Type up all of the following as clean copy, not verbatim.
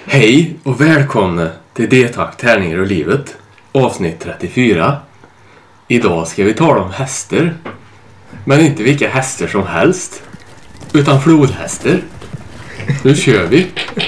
Hej och välkomna till D-takt, tärningar och livet, avsnitt 34. Idag ska vi tala om hästar, men inte vilka hästar som helst, utan flodhästar. Nu kör vi!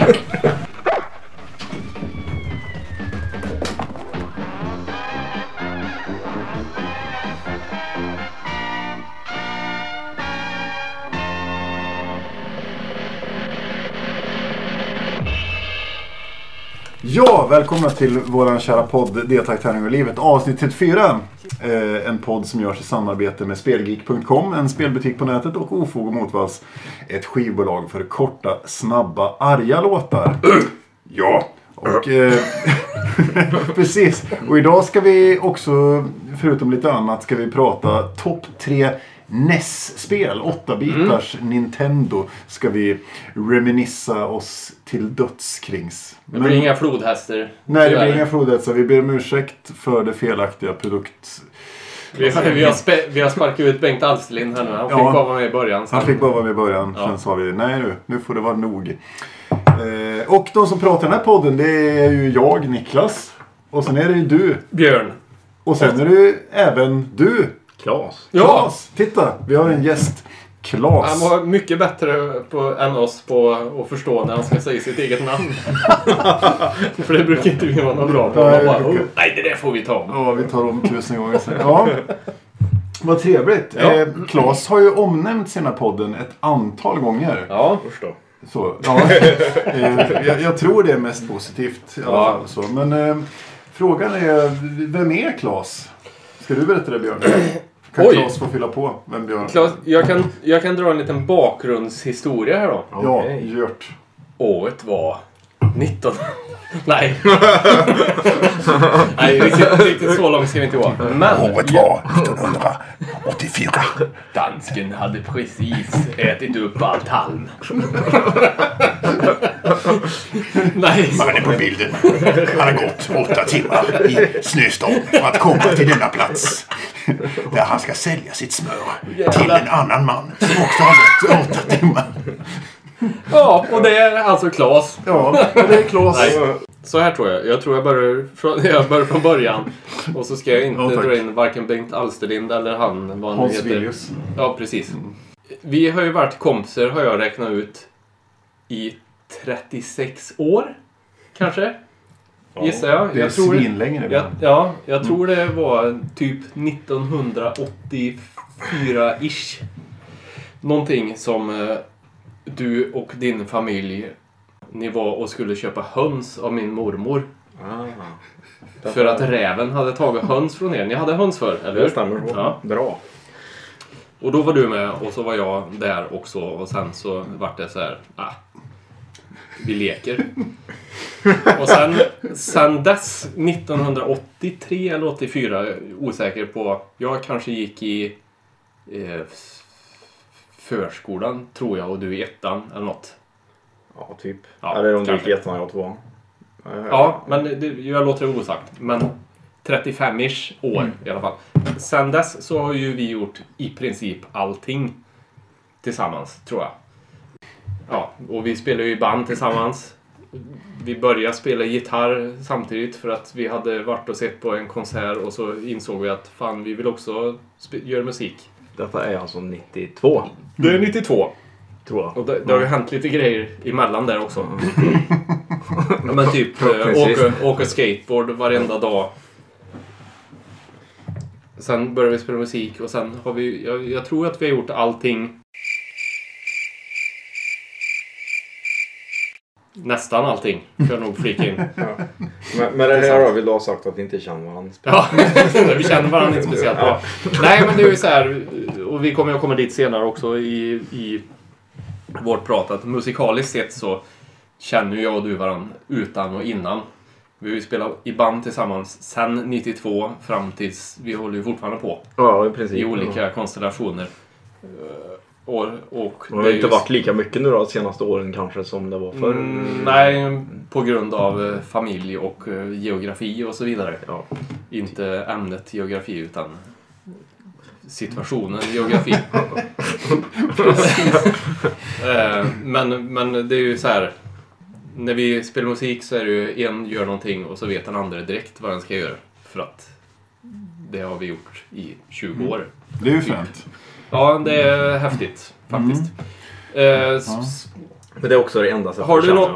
Ja, välkomna till våran kära podd D-takt, tärningar och livet, avsnitt 34. En podd som görs i samarbete med Spelgeek.com, en spelbutik på nätet, och Ofog och Motvalls, ett skivbolag för korta, snabba, arga låtar. Ja, och precis. Och idag ska vi också, förutom lite annat, ska vi prata topp 3 NES-spel, 8-bitars Nintendo, ska vi reminissa oss till döds krings. Det blir inga flodhästar. Nej, det blir inga flodhästar. Vi ber om ursäkt för det felaktiga produkt. Vi har sparkat ut Bengt Alsterlind här nu. Han fick bara vara med i början. Han fick bara vara med i början. Ja. Sen sa vi, nej nu får det vara nog. Och de som pratar i den här podden, det är ju jag, Niklas. Och sen är det ju du, Björn. Och sen är det ju även du, Klas. Ja. Klas, titta, vi har en gäst. Klas. Han var mycket bättre än oss på att förstå när han ska säga sitt eget namn. För det brukar inte vi vara något bra på. Nej, det där får vi ta om. Ja, vi tar om 1000 gånger sen. Ja, vad trevligt. Ja. Klas har ju omnämnt sina podden ett antal gånger. Ja, förstå. Så, ja. Jag tror det är mest positivt i alla fall. Så. Men frågan är, vem är Klas? Ska du berätta det, Björn? Kan Klas få fylla på? Vem Björn? Klas, jag kan dra en liten bakgrundshistoria här då. Ja, gjort. Året var 19... Nej. Nej, riktigt så långt ska vi inte gå. Men året var 1984. Dansken hade precis ätit upp allt halm. Nej. Man är på bilden. Han har gått 8 timmar i snöstorm för att komma till denna plats. Där han ska sälja sitt smör till en annan man som också har gått 8 timmar. Ja, och det är alltså Klas. Ja, det är Klas. Så här tror jag. Jag tror jag börjar från början. Och så ska jag inte dra in varken Bengt Alsterlind eller han. Vad han heter. Villius. Ja, precis. Vi har ju varit kompisar, har jag räknat ut, i 36 år. Kanske. Gissar jag. Det är svinlängre. Jag tror det var typ 1984-ish. Någonting som du och din familj, ni var och skulle köpa höns av min mormor. För att räven hade tagit höns från er. Ni hade höns för, eller hur? Det stämmer. Ja. Bra. Och då var du med och så var jag där också. Och sen så vart det så här, vi leker. Och sen dess, 1983 eller 84, osäker på. Jag kanske gick i förskolan, tror jag, och du i ettan eller något. Ja, typ. Ja, eller om du kanske. gick i ettan och jag 2. Ja, men jag låter det osagt. Men 35-ish år i alla fall. Sen dess så har ju vi gjort i princip allting tillsammans, tror jag. Ja, och vi spelar ju i band tillsammans. Vi började spela gitarr samtidigt för att vi hade varit och sett på en konsert och så insåg vi att fan, vi vill också göra musik. Detta är alltså 92. Det är 92. Tror jag. Och det har ju hänt lite grejer emellan där också. Men typ åka skateboard varenda dag. Sen började vi spela musik och sen har vi, jag tror att vi har gjort allting. Nästan allting, får jag nog flika in. Ja. Men det här har vi då sagt att vi inte känner varandra. Ja, vi känner varandra inte speciellt bra. Nej, men det är ju så här, och vi kommer att komma dit senare också i vårt prat, att musikaliskt sett så känner jag och du varandra utan och innan. Vi har ju spelat i band tillsammans sen 92 fram tills vi håller ju fortfarande på. Ja, i princip. I olika konstellationer. Och det har inte varit lika mycket nu då de senaste åren kanske som det var förr. Nej, på grund av familj och geografi och så vidare. Ja. Inte ämnet geografi utan situationen geografi. Men det är ju så här, när vi spelar musik så är det ju en gör någonting och så vet den andra direkt vad den ska göra. För att det har vi gjort i 20 år. Det är ju fränt. Ja, det är häftigt faktiskt. Men det är också det enda sättet. Har du något?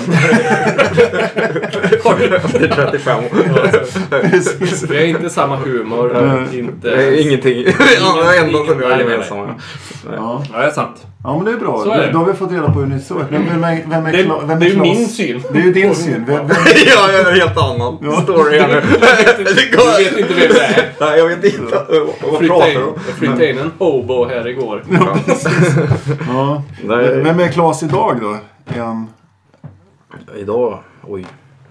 Det är 35 år. Vi har inte samma humor. Inte... Det är ingenting. Det är enda som vi har gemensamma. Ja, det är sant. Ja, men det är bra. Så är det. Då har vi fått reda på hur ni såg. Vem är Det är ju min syn. Det är ju din syn. Ja, jag är en helt annan story här nu. Du vet inte vem det är. Nej, jag vet inte. Vad pratar du om? Jag flyttade in en hobo här igår. Ja, precis. Ja. Vem är Claes idag då? Är han... Idag? Oj.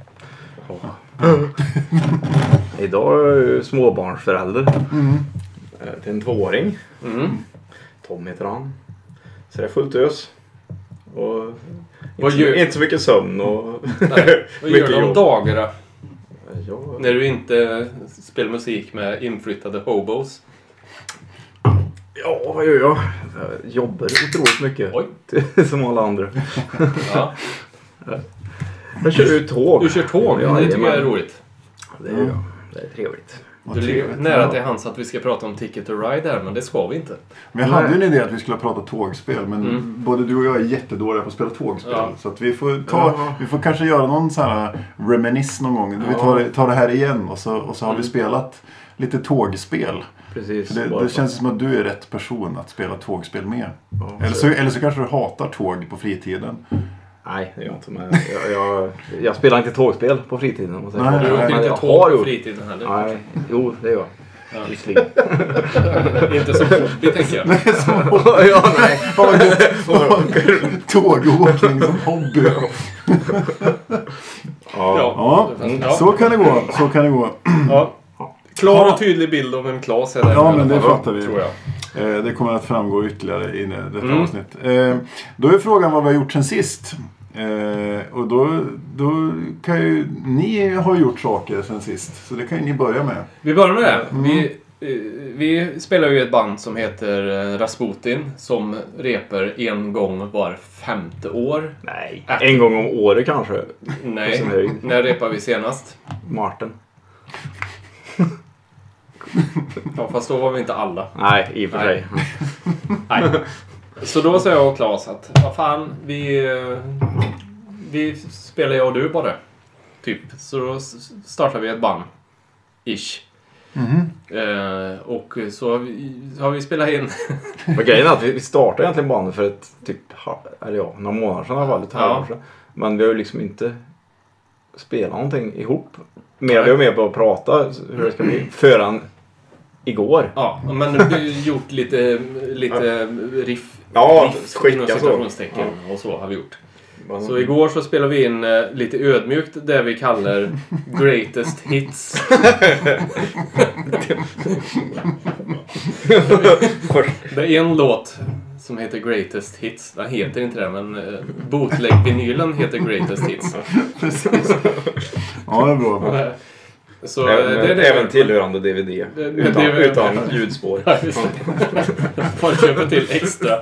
Idag är jag småbarnsförälder. Till en 2-åring. Tom heter han. Så det är fullt ös. Och inte så mycket sömn och vad gör du om dagarna? Ja. När du inte spelar musik med inflyttade hobos? Ja, vad gör jag? Jag jobbar otroligt mycket. Oj. Som alla andra. Ja. Jag kör ut tåg. Du kör tåg? Ja, det tycker jag är roligt. Det är jag. Det är trevligt. Du ligger nära till hands att vi ska prata om Ticket to Ride här, men det ska vi inte. Men jag hade ju en idé att vi skulle prata tågspel, men både du och jag är jättedåliga på att spela tågspel. Ja. Så att vi får kanske göra någon sån här reminisce någon gång. Vi tar det här igen och så har vi spelat lite tågspel. Precis. För det känns som att du är rätt person att spela tågspel med. Ja, eller så kanske du hatar tåg på fritiden. Nej, det gör jag inte. Men jag spelar inte tågspel på fritiden. Nej, du åker inte tåg på fritiden heller. Nej, jo, det gör jag. Inte som hobby, tänker jag. Nej, som hobby. Ja, nej. Tågåkning som hobby. Ja. Så kan det gå. Så kan det gå. Ja. Klar och tydlig bild om en Claes är det. Ja, men det fattar vi. Tror jag. Det kommer att framgå ytterligare i detta avsnitt. Då är frågan vad vi har gjort sen sist. Och då kan ju ni ha gjort saker sen sist. Så det kan ju ni börja med. Vi börjar med det. Vi spelar ju ett band som heter Rasputin som reper en gång var 5:e år. Nej, en gång om året kanske. Nej, när repar vi senast? Martin. Ja, fast då var vi inte alla. Nej, i och för sig. Nej. Så då sa jag och Claes att vad fan, vi spelar jag och du bara. Typ. Så då startade vi ett band. Ish. Och så har vi spelat in. Och grejen är att vi startade egentligen bandet för några månader sedan. Var lite halvår sedan. Men vi har ju liksom inte spelat någonting ihop. Vi var med på att prata hur det ska bli förrän igår. Ja, men vi har gjort lite riff. Ja, skicka så. Och så har vi gjort. Så igår så spelade vi in lite ödmjukt det vi kallar Greatest Hits. Det är en låt som heter Greatest Hits. Den heter inte det, men bootleg-vinylen heter Greatest Hits. Precis. Ja, det är bra. Så även tillhörande DVD utan ljudspår. Ja, just det. Får köpa till extra.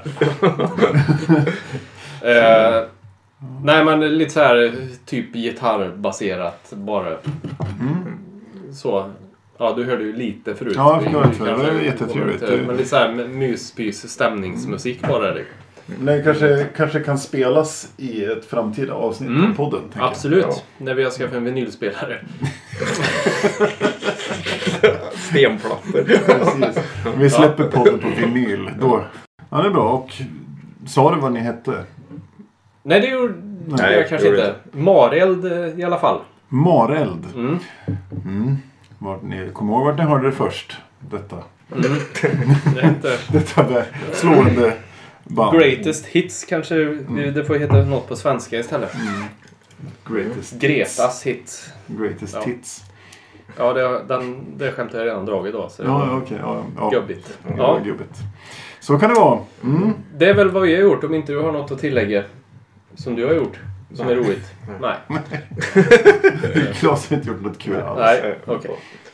Nej, men lite så här typ gitarrbaserat bara. Så. Ja, du hörde ju lite förut. Ja, jag förstår. Det var jättetrevligt. Men lite så här myspys stämningsmusik bara det. Den kanske kan spelas i ett framtida avsnitt av podden. Absolut, när vi har skaffat en vinylspelare. Stenplattor. Precis. Vi släpper podden på vinyl. Då. Ja, det är bra. Och sa du vad ni hette? Nej, det gjorde jag kanske inte. Mareld i alla fall. Mareld? Kom ihåg vart ni hörde det först. Detta. Detta slående band. Greatest Hits kanske. Det får heta något på svenska istället. Gretas Hits. Greatest Hits. Ja, det skämtar jag redan dragit då. Så okej. Gubbigt. Ja, gubbigt. Så kan det vara. Det är väl vad vi har gjort, om inte du har något att tillägga som du har gjort. Som är roligt. Nej. Claes har inte gjort något kul alls. Nej, okej.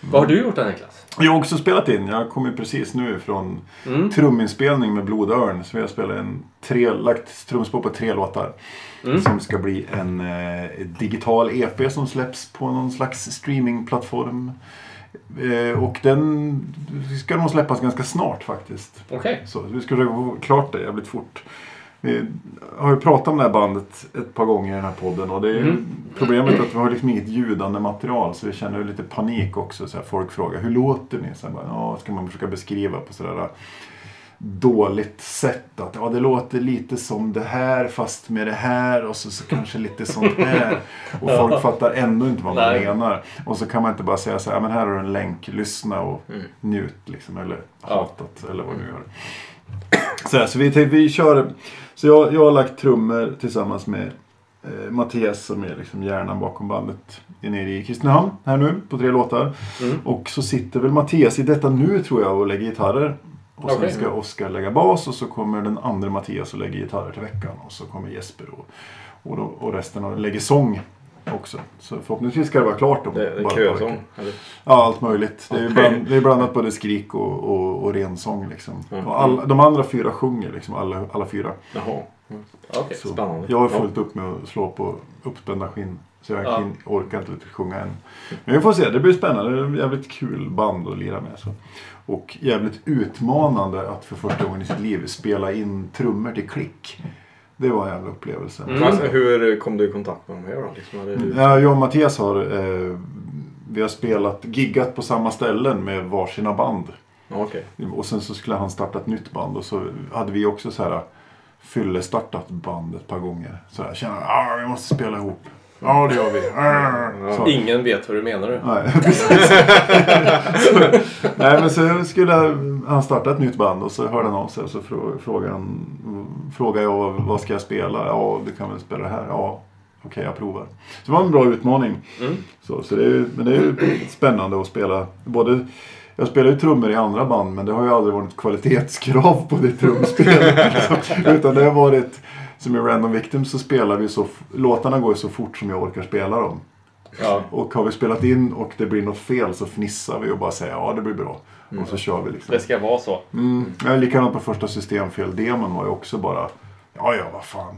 Vad har du gjort då, Niklas? Jag har också spelat in. Jag kom ju precis nu från truminspelning med Blodörn. Så jag spelar lagt trumspår på 3 låtar. Som ska bli en digital EP som släpps på någon slags streamingplattform. Och den ska nog släppas ganska snart faktiskt. Okej. Så vi ska försöka få klart det jävligt fort. Vi har ju pratat om det här bandet ett par gånger i den här podden. Och det är ju problemet att vi har liksom inget ljudande material. Så vi känner lite panik också. Så här, folk frågar, hur låter ni? Så här, bara, ska man försöka beskriva på sådär dåligt sätt. Att det låter lite som det här fast med det här. Och så kanske lite sånt här. Och folk fattar ändå inte vad man menar. Och så kan man inte bara säga så här, men här har du en länk. Lyssna och njut liksom. Eller hatat eller vad du gör. Så vi kör. Så jag har lagt trummor tillsammans med Mattias som är liksom hjärnan bakom bandet nere i Kristinehamn här nu på 3 låtar. Och så sitter väl Mattias i detta nu tror jag och lägger gitarrer. Och sen ska Oskar lägga bas och så kommer den andra Mattias och lägger gitarrer till veckan. Och så kommer Jesper och resten lägger sång också. Så förhoppningsvis ska det vara klart. Det är kösång? Ja, allt möjligt. Det är blandat både skrik och rensång liksom. Och de andra 4 sjunger liksom, alla 4. Jaha. Okay. Spännande. Jag har fullt upp med att slå på uppspända skinn. Så jag orkar inte sjunga än. Men vi får se, det blir spännande. Det är ett jävligt kul band att lira med. Så. Och jävligt utmanande att för första gången i sitt liv spela in trummor till klick. Det var en jävla upplevelse. Hur kom du i kontakt med dem här då? Liksom, jag och Mattias vi har giggat på samma ställen med varsina band. Okay. Och sen så skulle han starta ett nytt band. Och så hade vi också så här fyllestartat band ett par gånger. Så jag känner vi måste spela ihop. Ja, det gör vi. Ingen vet vad du menar nu. Nej, nej, men så skulle han starta ett nytt band och så hörde han av sig och så frågade jag vad ska jag spela? Ja, du kan väl spela det här. Ja, okej, jag provar. Så det var en bra utmaning. Så men det är ju spännande att spela. Jag spelar ju trummor i andra band men det har ju aldrig varit kvalitetskrav på det trumspelet. Utan det har varit som i Random Victims så spelar vi låtarna går ju så fort som jag orkar spela dem. Ja. Och har vi spelat in och det blir något fel så fnissar vi och bara säger det blir bra. Och så kör vi liksom. Det ska vara så. Men likadant på första systemfel-demon var ju också bara vad fan.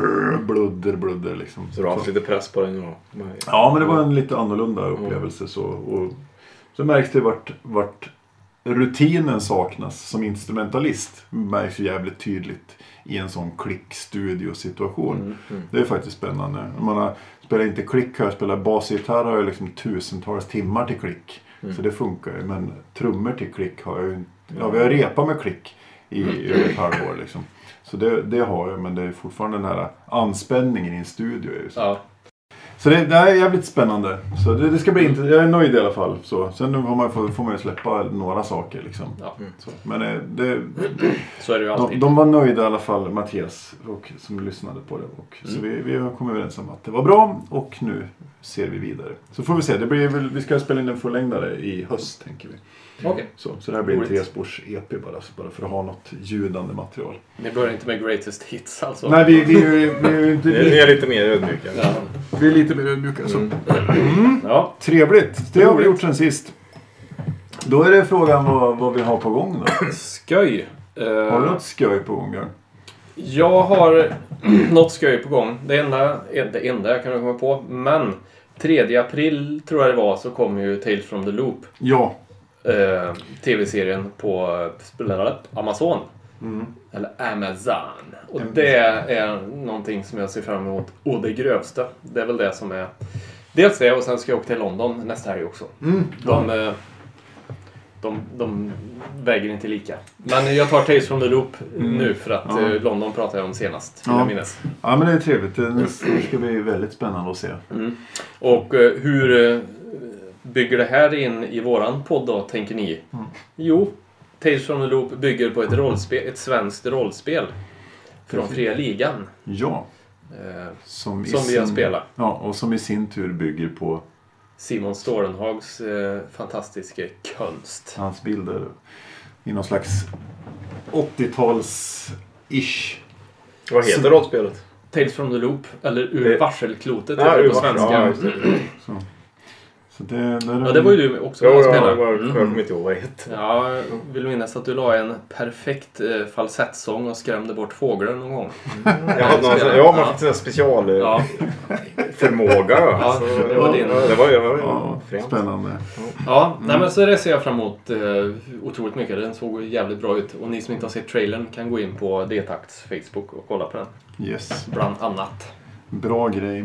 Bludder liksom. Så du har haft lite press på dig nu då? Ja, men det var en lite annorlunda upplevelse så. Och så märks det vart rutinen saknas som instrumentalist. Märks jävligt tydligt i en sån klickstudio-situation. Det är faktiskt spännande. Man spelar inte klick här, spelar basgitarr har jag liksom tusentals timmar till klick. Så det funkar ju. Men trummor till klick har jag ju inte. Ja, vi har repat med klick i över ett halvår liksom. Så det har jag, men det är fortfarande den här anspänningen i en studio. Ja. Så det är jävligt spännande. Så det ska bli jag är nöjd i alla fall. Så. Sen får man ju släppa några saker liksom. Ja. Så. Men så är det ju alltid. De var nöjda i alla fall, Mattias som lyssnade på det. Så vi har kommit överens om att det var bra och nu ser vi vidare. Så får vi se, vi ska spela in en fullängdare i höst tänker vi. Okay. Så det här blir en 3-spårs EP bara för att ha något ljudande material. Ni börjar inte med greatest hits alltså? Nej, vi är lite mer ödmjuka. Ja. Vi är lite mer ödmjuka. Ja. Trevligt. Det har vi gjort sen sist. Då är det frågan vad vi har på gång då. Sköj. Har du något sköj på gång, Björn? Jag har något sköj på gång. Det enda jag kan komma på. Men 3 april tror jag det var så kom ju Tales from the Loop. Ja. TV-serien på Amazon. Eller Amazon. Och det är någonting som jag ser fram emot. Och det grövsta. Det är väl det som är dels det och sen ska jag åka till London nästa helg också. De väger inte lika. Men jag tar Tales from the Loop nu för att London pratade jag om senast. Ja, men det är trevligt. Det ska bli väldigt spännande att se. Och hur bygger det här in i våran podd då, tänker ni? Jo, Tales from the Loop bygger på ett svenskt rollspel från Fria Ligan. Ja. Som vi har spelat. Ja, och som i sin tur bygger på Simon Storenhags fantastiska konst. Hans bilder i någon slags 80-tals-ish. Vad heter rollspelet? Tales from the Loop, eller Ur varselklotet på svenska. Så. Så det var ju du också med att spela. Jag kommer inte ihåg vad det heter. Ja, jag vill minnas att du la en perfekt falsettsång och skrämde bort fåglar någon gång. Man fick en special förmåga. Ja, det var din. Det var spännande. Ja, nej, men så det ser jag fram emot otroligt mycket. Den såg jävligt bra ut. Och ni som inte har sett trailern kan gå in på D-takts Facebook och kolla på den. Yes. Bland annat. Bra grej.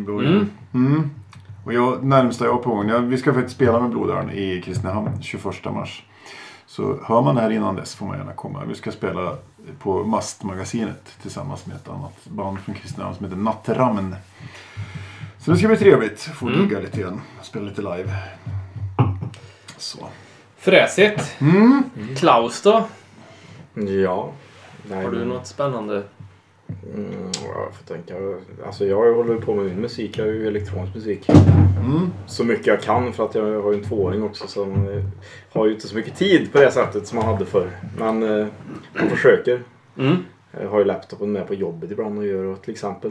Och närmsta jag på gång. Vi ska faktiskt spela med Blodörn i Kristinehamn 21 mars. Så hör man det här innan dess får man gärna komma. Vi ska spela på Mastmagasinet tillsammans med ett annat band från Kristinehamn som heter Nattrammen. Så det ska bli trevligt. Få digga lite grann. Spela lite live. Så. Fräsigt. Klaus då? Ja. Har du något spännande? Jag får tänka. Alltså jag håller på med min musik. Jag är ju elektronisk musik. Så mycket jag kan för att jag har en 2-åring också. Så man har ju inte så mycket tid på det sättet som man hade förr. Men man försöker. Jag har ju laptopen med på jobbet ibland och gör till exempel.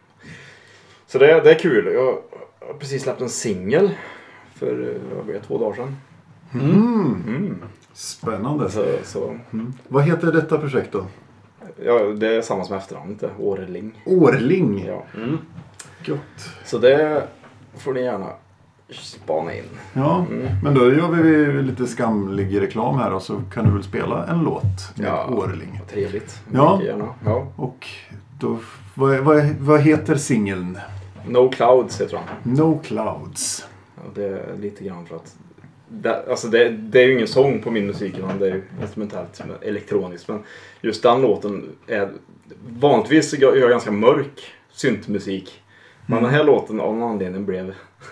Så det är kul. Jag har precis släppt en singel för 2 dagar sedan. Spännande. Så. Vad heter detta projekt då? Ja, det är samma som efternamnet. Årling. Årling? Ja. Gott. Så det får ni gärna spana in. Ja, men då gör vi lite skamlig reklam här och så kan du väl spela en låt med Årling. Trevligt. Ja. Gärna. Ja. Och då, vad heter singeln? No Clouds heter han. No Clouds. Ja, det är lite grann för att det är ju ingen sång på min musik utan det är ju instrumentellt, elektroniskt, men just den låten är vanligtvis gör jag ganska mörk syntmusik, men den här låten av någon anledning blev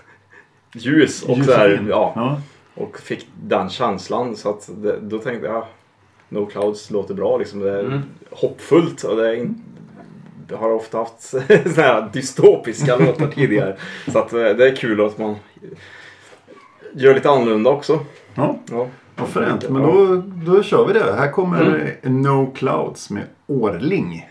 ljus och där, och fick den känslan så att då tänkte jag No Clouds låter bra liksom, det är hoppfullt och jag har ofta haft såna här dystopiska låtar tidigare så att det är kul att man gör lite annorlunda också. Ja. Vad fränt. Men då kör vi det. Här kommer No Clouds med Årling.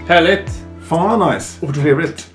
Härligt! Fan vad nice. Trevligt.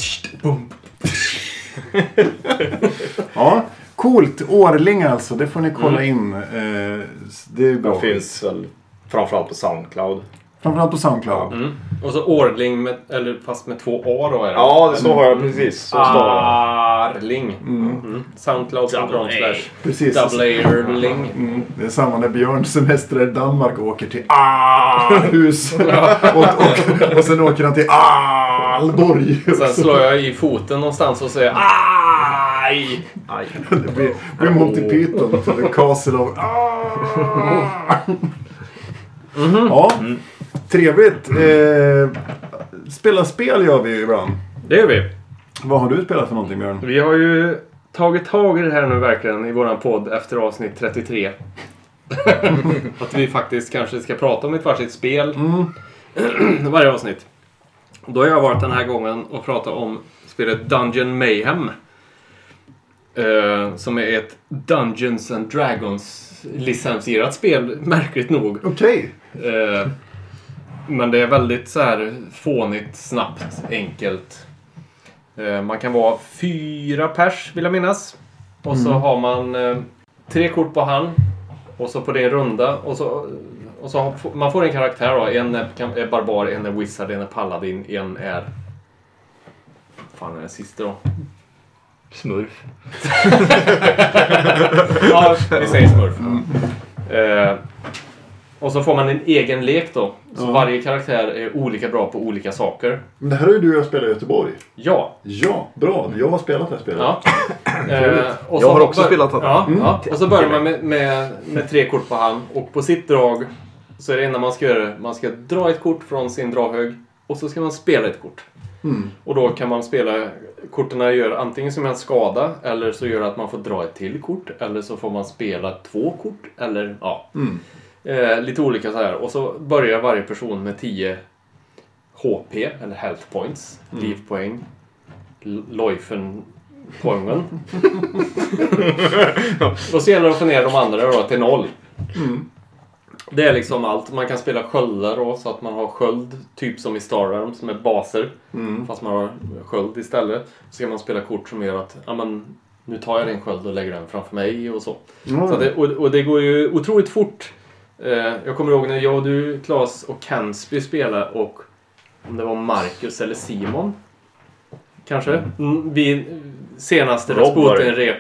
Ja, coolt. Årling alltså. Det får ni kolla in. Det är bra. Det finns väl framförallt på Soundcloud. Framförallt på Soundcloud. Mm. Och så Årling med, eller fast med 2 A då är det. Ja, det så har jag precis. Så Arling. Soundcloud.com/. Precis. Double-Arling. Det är samma när Björn semestrar i Danmark och åker till hus. och sen åker han till Aalborg. Sen slår jag i foten någonstans och säger aj! Det blir Monty Python. The Castle of Ja, trevligt. Spela spel gör vi ju ibland. Det gör vi. Vad har du spelat för någonting, Björn? Vi har ju tagit tag i det här nu verkligen i våran podd efter avsnitt 33. Att vi faktiskt kanske ska prata om ett varsitt spel varje avsnitt. Då har jag varit den här gången och pratat om spelet Dungeon Mayhem. Som är ett Dungeons and Dragons licensierat spel, märkligt nog. Okej. Men det är väldigt så här fånigt, snabbt, enkelt. Man kan vara 4 pers, vill jag minnas. Och så har man 3 kort på hand. Och så på din runda. Och så man får en karaktär då. En är barbar, en är wizard, en är paladin, en är... Vad fan är det sista då? Smurf. Ja, vi säger smurf. Och så får man en egen lek då. Så varje karaktär är olika bra på olika saker. Men det här har ju du och jag spelat i Göteborg. Ja. Ja, bra. Jag har spelat det här spelet. Ja. Och jag har också spelat det. Ja. Och så börjar man med 3 kort på hand. Och på sitt drag så är det enda man ska göra. Man ska dra ett kort från sin draghög. Och så ska man spela ett kort. Och då kan man spela... Korten gör antingen som en skada. Eller så gör det att man får dra ett till kort. Eller så får man spela 2 kort. Eller ja... lite olika så här. Och så börjar varje person med 10 HP eller health points, livpoäng, Leufen-poängen. Och så gäller det att få ner de andra då till 0. Det är liksom allt. Man kan spela sköldar då, så att man har sköld typ som i Star Realms som är baser. Fast man har sköld istället. Så kan man spela kort som gör att nu tar jag din sköld och lägger den framför mig och så. Så det, och det går ju otroligt fort. Jag kommer ihåg när jag och du, Claes och Kansby spelade, och om det var Marcus eller Simon kanske. Vi senaste Rasputin-rep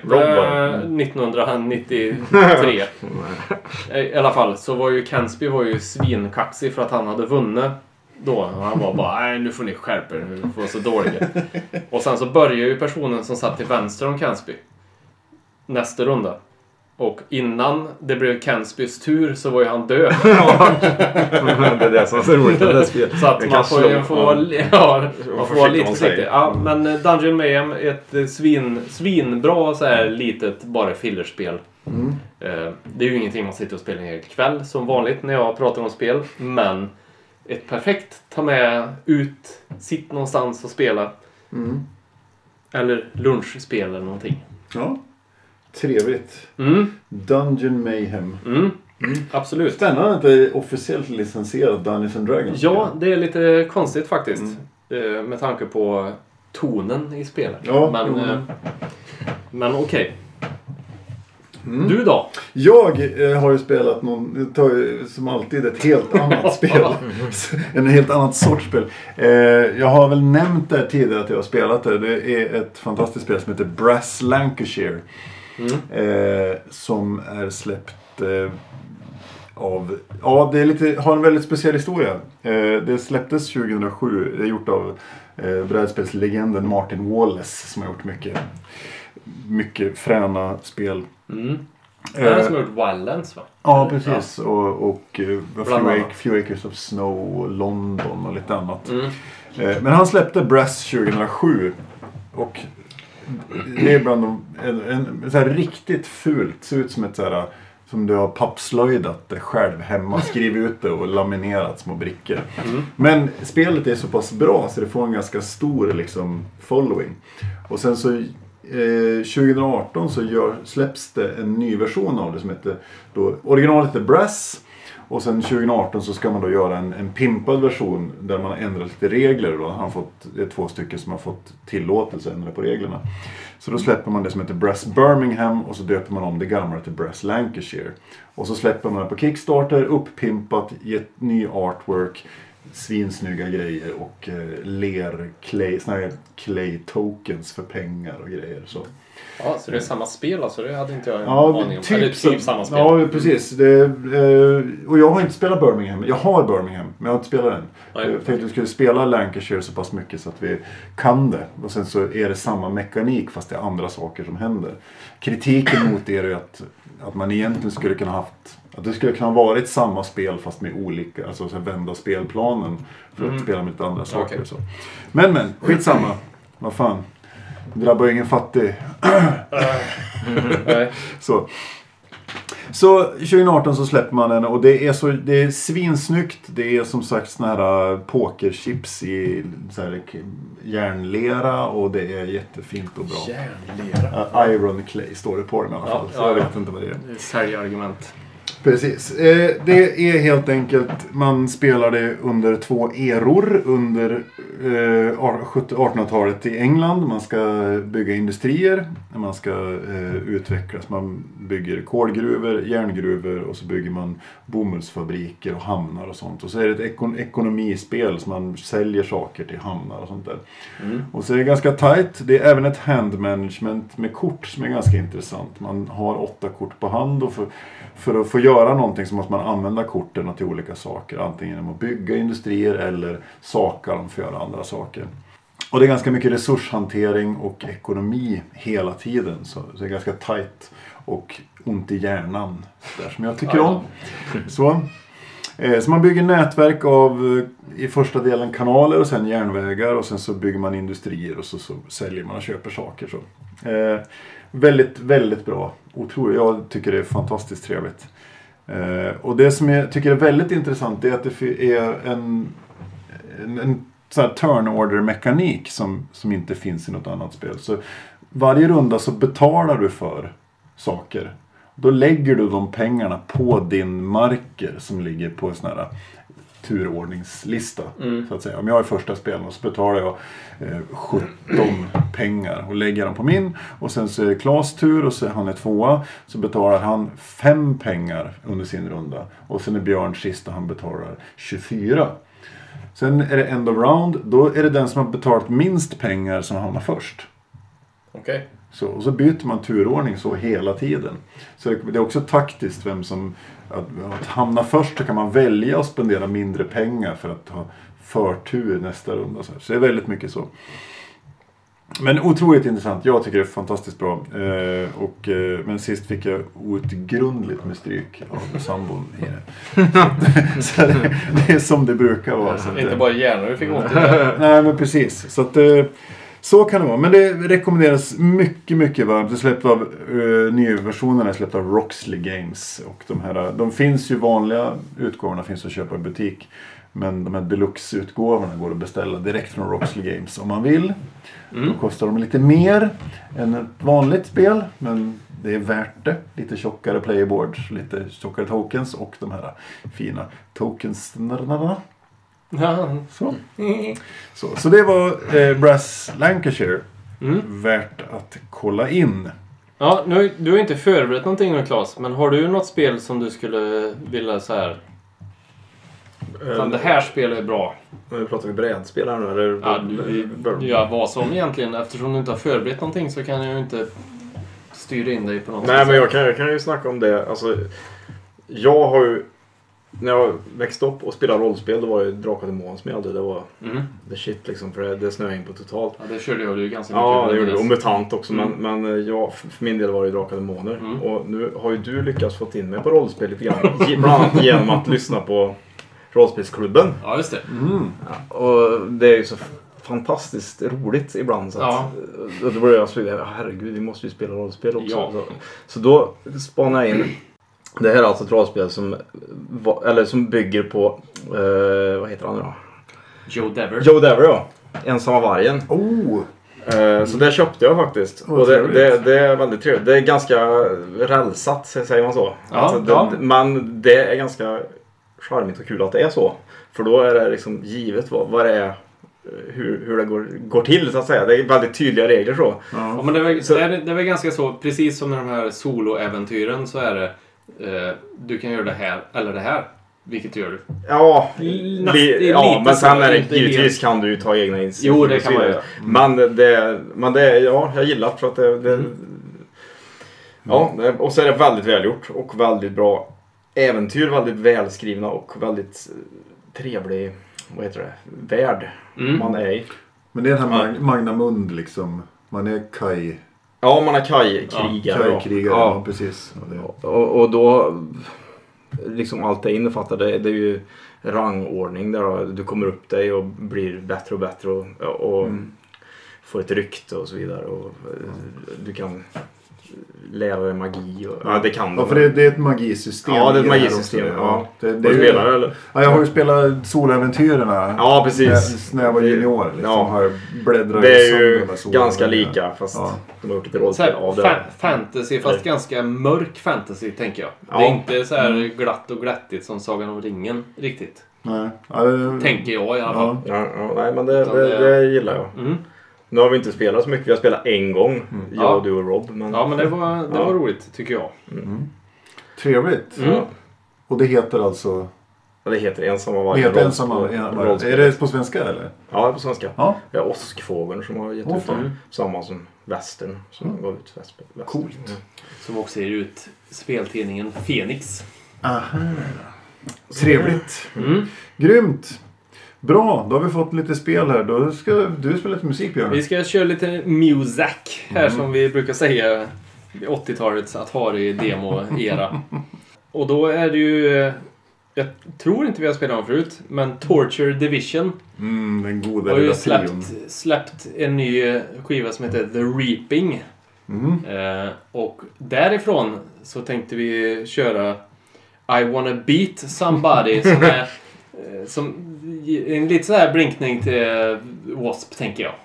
1993. I alla fall så var ju Kansby svinkaxig för att han hade vunnit då. Han var bara, nej nu får ni skärpa er, nu får så dåliga. Och sen så börjar ju personen som satt till vänster om Kansby nästa runda. Och innan det blev Kansbys tur så var ju han död. Det är det som är så roligt med det spelet. Så att man får vara lite försiktig. Ja, men Dungeon Mayhem är ett svinbra så här litet bara fillerspel. Det är ju ingenting man sitter och spelar en hel kväll som vanligt när jag pratar om spel. Men ett perfekt ta med ut, sitt någonstans och spela. Eller lunchspel eller någonting. Ja. Trevligt. Dungeon Mayhem. Absolut. Spännande att det är officiellt licensierat Dungeons and Dragons. Ja, det är lite konstigt faktiskt. Med tanke på tonen i spelet. Ja, men okej. Du då? Jag har ju spelat som alltid ett helt annat spel. En helt annat sorts spel. Jag har väl nämnt det tidigare att jag har spelat det. Det är ett fantastiskt spel som heter Brass Lancashire. Som är släppt av... Ja, det är har en väldigt speciell historia. Det släpptes 2007. Det är gjort av brädspelslegenden Martin Wallace som har gjort mycket fräna spel. Det är som har gjort Wildlands, va? Ja, precis. Och Few Acres of Snow, London och lite annat. Men han släppte Brass 2007. Och det är bland en så här riktigt fult. Ser ut som ett så här, som du har pappslöjdat det själv hemma. Skrivit ut det och laminerat små brickor. Men spelet är så pass bra så det får en ganska stor liksom following. Och sen så 2018 så släpps det en ny version av det som heter då, originalet heter Brass Och sen 2018 så ska man då göra en pimpad version där man har ändrat lite regler. Då. Det är 2 stycken som har fått tillåtelse att ändra på reglerna. Så då släpper man det som heter Brass Birmingham och så döper man om det gamla till Brass Lancashire. Och så släpper man det på Kickstarter, upppimpat, i ett ny artwork, svinsnygga grejer och clay tokens för pengar och grejer. Så. Ja, så det är samma spel alltså? Det hade inte jag en ja, aning om. Typ samma spel. Ja, precis. Och jag har inte spelat Birmingham. Jag har Birmingham, men jag har inte spelat den. Jag tänkte att vi skulle spela Lancashire så pass mycket så att vi kan det. Och sen så är det samma mekanik fast det är andra saker som händer. Kritiken mot det är ju att man egentligen skulle kunna haft... Att det skulle kunna varit samma spel fast med olika... Alltså så vända spelplanen för att spela med lite andra saker. Okay. Så. Men, skitsamma. Vad fan. Det drabbar ju ingen fattig. Så 2018 så släpper man den och det är svinsnyggt. Det är som sagt såna här pokerchips i så här järnlera och det är jättefint och bra. Järnlera? Iron clay står det på den i alla fall. Så jag vet inte vad det är. Det är säljargument. Precis. Det är helt enkelt, man spelar det under 2 eror under 1800-talet i England. Man ska bygga industrier, man ska utvecklas, man bygger kolgruvor, järngruvor och så bygger man bomullsfabriker och hamnar och sånt. Och så är det ett ekonomispel som man säljer saker till hamnar och sånt där. Och så är det ganska tight. Det är även ett handmanagement med kort som är ganska intressant. Man har 8 kort på hand och för att få göra någonting så måste man använda korten till olika saker. Antingen genom att bygga industrier eller saka dem för att göra andra saker. Och det är ganska mycket resurshantering och ekonomi hela tiden. Så det är ganska tight och ont i hjärnan. Där som jag tycker om. Så man bygger nätverk av i första delen kanaler och sen järnvägar. Och sen så bygger man industrier och så säljer man och köper saker. Så. Väldigt, väldigt bra. Otroligt. Jag tycker det är fantastiskt trevligt. Och det som jag tycker är väldigt intressant är att det är en sån här turn order mekanik som inte finns i något annat spel. Så varje runda så betalar du för saker. Då lägger du de pengarna på din marker som ligger på en sån här turordningslista. Så att säga. Om jag är första spelaren så betalar jag 17 pengar och lägger dem på min. Och sen så är det Klas tur och så är han är 2:a. Så betalar han 5 pengar under sin runda. Och sen är Björn sista, han betalar 24. Sen är det end of round. Då är det den som har betalat minst pengar som hamnar först. Okej. Och så byter man turordning så hela tiden. Så det är också taktiskt vem som... Att hamna först så kan man välja att spendera mindre pengar för att ha förtur nästa runda. Så det är väldigt mycket så. Men otroligt intressant. Jag tycker det är fantastiskt bra. Men sist fick jag outgrundligt med stryk av sambon. Så det är som det brukar vara. Så inte bara hjärnan du fick ont i. Nej, men precis. Så att... Så kan det vara, men det rekommenderas mycket, mycket varmt. Det släppt av nyversionerna är släppt av Roxley Games. Och de finns ju, vanliga utgåvorna finns att köpa i butik. Men de här deluxe-utgåvorna går att beställa direkt från Roxley Games om man vill. Då kostar de lite mer än ett vanligt spel, men det är värt det. Lite tjockare playboards, lite tjockare tokens och de här fina tokens. Så det var Brass Lancashire. Värt att kolla in. Ja, du har inte förberett någonting nu, Claes. Men har du något spel som du skulle vilja så här... det här spelet är bra. Nu pratar vi brädspel här nu eller? Ja, vad som egentligen. Eftersom du inte har förberett någonting så kan jag ju inte styra in dig på något. Nej, men jag kan ju snacka om det. Alltså, jag har ju... När jag växte upp och spelade rollspel, då var det Drakar och Demoner som jag hade. Det var the shit liksom, för det snöade in på totalt. Ja, det körde jag ju ganska mycket. Ja, det gjorde och Mutant också, men jag, för min del var det Drakar och Demoner. Och nu har ju du lyckats få in mig på rollspel lite grann. Bland annat genom att lyssna på Rollspelsklubben. Ja, just det. Ja, och det är ju så fantastiskt roligt ibland. Så att, då började jag säga, herregud, vi måste ju spela rollspel också. Ja. Så då spanade jag in. Det här är alltså ett rollspel som bygger på, vad heter han nu då? Joe Dever, ja. Ensamma vargen. Så det köpte jag faktiskt. Och det är väldigt trevligt. Det är ganska rälsat, säger man så. Ja, men det är ganska charmigt och kul att det är så. För då är det liksom givet vad det är, hur det går till så att säga. Det är väldigt tydliga regler så. Ja, men det är väl ganska så, precis som med de här soloäventyren så är det du kan göra det här eller det här. Vilket gör du? Ja, men sen är det inte givetvis helt... kan du ju ta egna initiativ. Jo, det kan man göra. Men det ja, jag gillar för att ja, och så är det väldigt välgjort och väldigt bra äventyr, väldigt välskrivna och väldigt trevlig, vad heter det, värld man är i. Men det är den här Magnamund liksom. Man är Kai. Ja, man är Kai-krigare. Kai-krigare, ja precis. Och då liksom allt det innefattar det är ju rangordning där då. Du kommer upp dig och blir bättre och bättre och får ett rykte och så vidare och du kan lära dig magi och, ja det kan du. Ja, för det är ett magisystem. Ja, det är ett magisystem. Ja. Det spelar du eller? Ja, jag har ju spelat soläventyrerna. Ja, precis. När jag var junior liksom, har bläddrat. Det är ju ganska lika fast de har gjort lite rollspel av det. Fantasy, fast ganska mörk fantasy tänker jag. Ja. Det är inte så här glatt och glättigt som Sagan om ringen riktigt. Nej. Tänker jag i alla fall. Ja, nej men det gillar jag. Nu har vi inte spelat så mycket. Vi har spelat en gång. Jag, du och Rob. Men... Ja, men det var roligt tycker jag. Trevligt. Och det heter alltså... Ja, det heter Ensamma vargen. Det heter Ensamma vargen. Är det på svenska eller? Ja, det är på svenska. Ja. Det är Åskfågeln som har gett ut den. Samma som Västern som gav ut Västern. Coolt. Som också ger ut speltidningen Fenix. Aha. Trevligt. Grymt. Bra, då har vi fått lite spel här. Då ska du spela lite musik, Björn. Vi ska köra lite music här som vi brukar säga 80-talets Atari-demo-era. Och då är det ju... Jag tror inte vi har spelat dem förut, men Torture Division den goda har ju lilla släppt en ny skiva som heter The Reaping. Och därifrån så tänkte vi köra I Wanna Beat Somebody som är som en lite så här blinkning till W.A.S.P. tänker jag.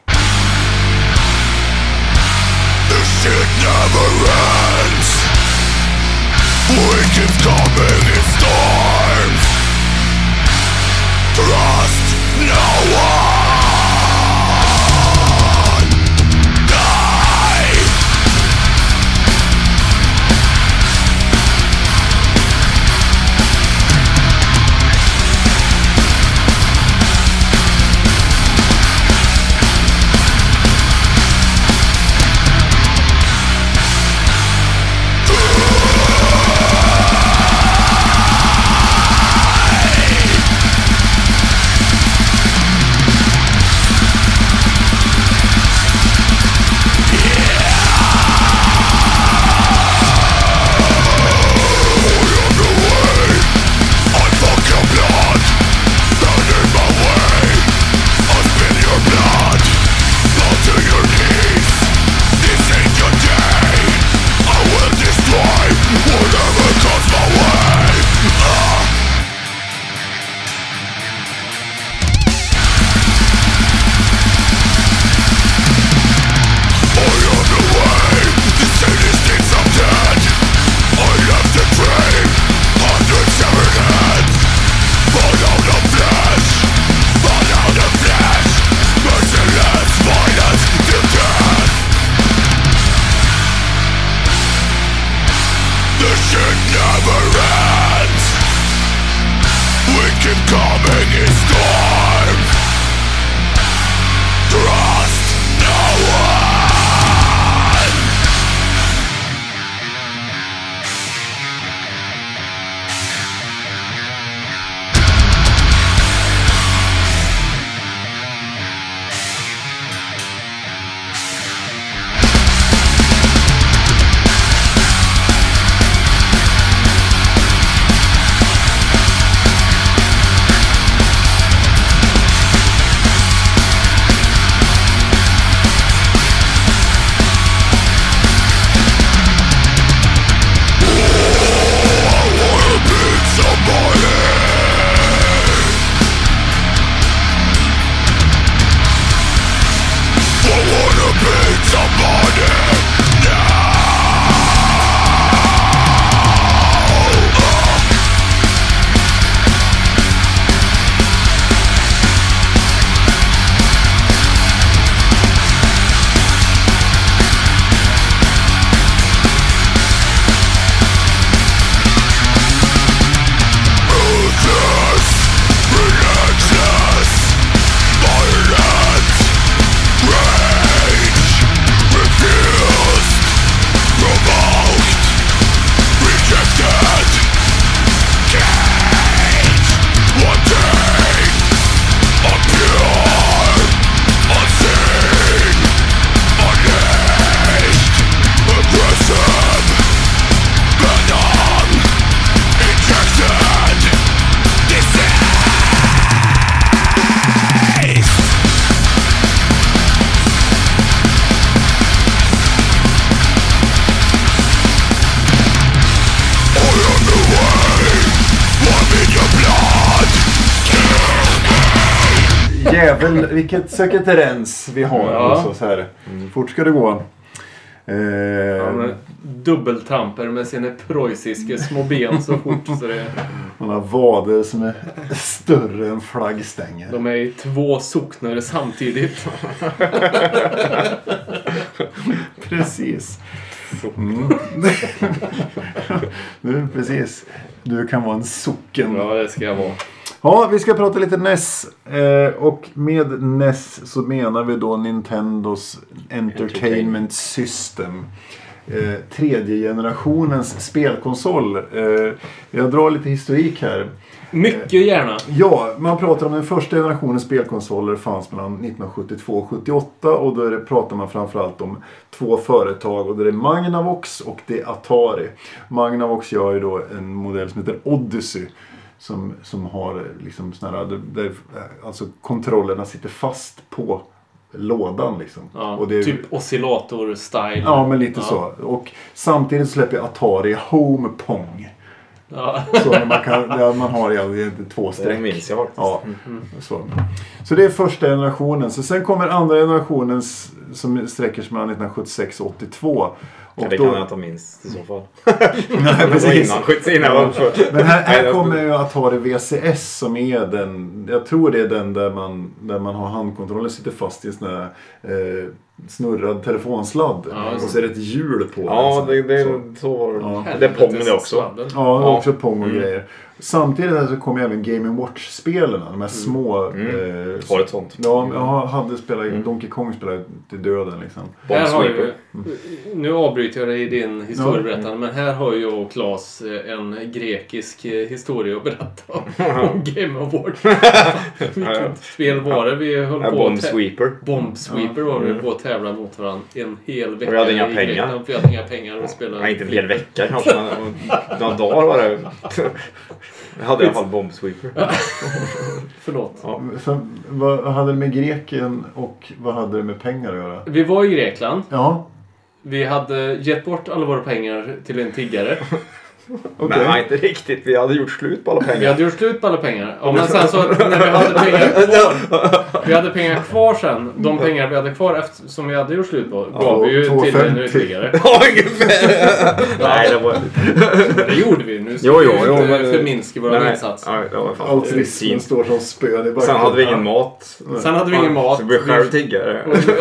The shit never ends. We keep coming in storms. Trust no one. Jävel, vilket sekreterens vi har. Ja. Så här. Fort ska det gå. Dubbeltramper med sina preussiska små ben så fort så det... Man har vader som är större än flaggstänger. De är i 2 socknar samtidigt. Precis. Precis. Du kan vara en socken. Ja, det ska jag vara. Ja, vi ska prata lite NES. Och med NES så menar vi då Nintendos Entertainment System. 3:e generationens spelkonsol. Jag drar lite historik här. Mycket gärna. Ja, man pratar om den första generationens spelkonsoler fanns mellan 1972 och 78 och då pratar man framförallt om 2 företag och det är Magnavox och det är Atari. Magnavox gör ju då en modell som heter Odyssey som har liksom såna här, där alltså kontrollerna sitter fast på lådan liksom. Ja, och det är, typ oscillator-style. Ja, men lite så. Och samtidigt släpper Atari Home Pong. Ja. Så man har ju 2 streck. Det minns jag faktiskt. Ja, så det är första generationen. Så sen kommer andra generationen som sträcker sig mellan 1976 och 82. Och det då, kan jag inte minst i så fall. Nej, precis. Innan. Men här kommer ju Atari VCS som är den, jag tror det är den där man har handkontrollen sitter fast i en sån här snurrad telefonsladd. Ja, och så är det ett hjul på ja, den. Så var det. Ja. Det är Pong det också. Ja, också Pong och grejer. Samtidigt så kom även Game & Watch-spelen, de här små... Har ett sånt. Ja, jag hade spelat Donkey Kong spelade till döden liksom. Här har ju, nu avbryter jag dig i din historieberättande, men här har ju och Claes en grekisk historia att berätta om Game & Watch. Vilket spel var det vi höll på Bomb Sweeper. Bomb Sweeper var vi på att tävla mot varandra en hel vecka. Vi hade inga pengar. Vi hade inga pengar att spela. Nej, inte en hel vecka kanske. Några dagar var det. Jag hade i alla fall Bomb Sweeper. Förlåt. Ja. Så, vad hade det med greken och vad hade det med pengar att göra? Vi var i Grekland. Ja. Vi hade gett bort alla våra pengar till en tiggare. Okay. Nej, inte riktigt. Vi hade gjort slut på alla pengar. Vi hade gjort slut på alla pengar. Ja, men sen så när vi hade pengar kvar. Vi hade pengar kvar sen. De pengar vi hade kvar som vi hade gjort slut på gav vi ju till en utliggare. Ja, ungefär. Nej, det var... Det gjorde vi. Nu ska vi inte förminska vår insats. Ja, det var fan altruismen står som spön i backen. Sen hade vi ingen mat. Så vi blev själv tiggare.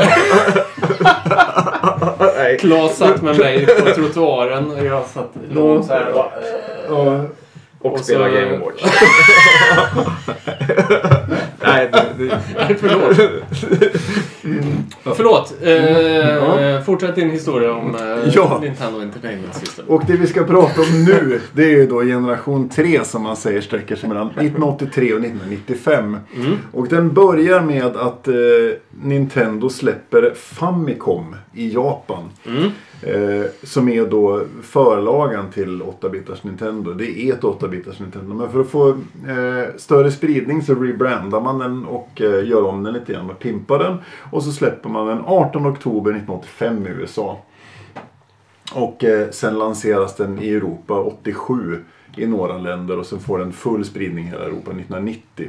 Claes satt med mig på trottoaren och jag satt långt så här och spelade Game & Watch. Nej, förlåt. Fortsätt din historia om Nintendo Entertainment System. Och det vi ska prata om nu, det är ju då generation 3 som man säger sträcker sig mellan 1983 och 1995. Och den börjar med att Nintendo släpper Famicom i Japan. Som är då förlagan till 8-bitars Nintendo. Det är ett 8-bitars Nintendo. Men för att få större spridning så rebrandar man den och gör om den lite grann. Man pimpar den. Och så släpper man den 18 oktober 1985 i USA. Och sen lanseras den i Europa 87 i några länder. Och sen får den full spridning i hela Europa 1990.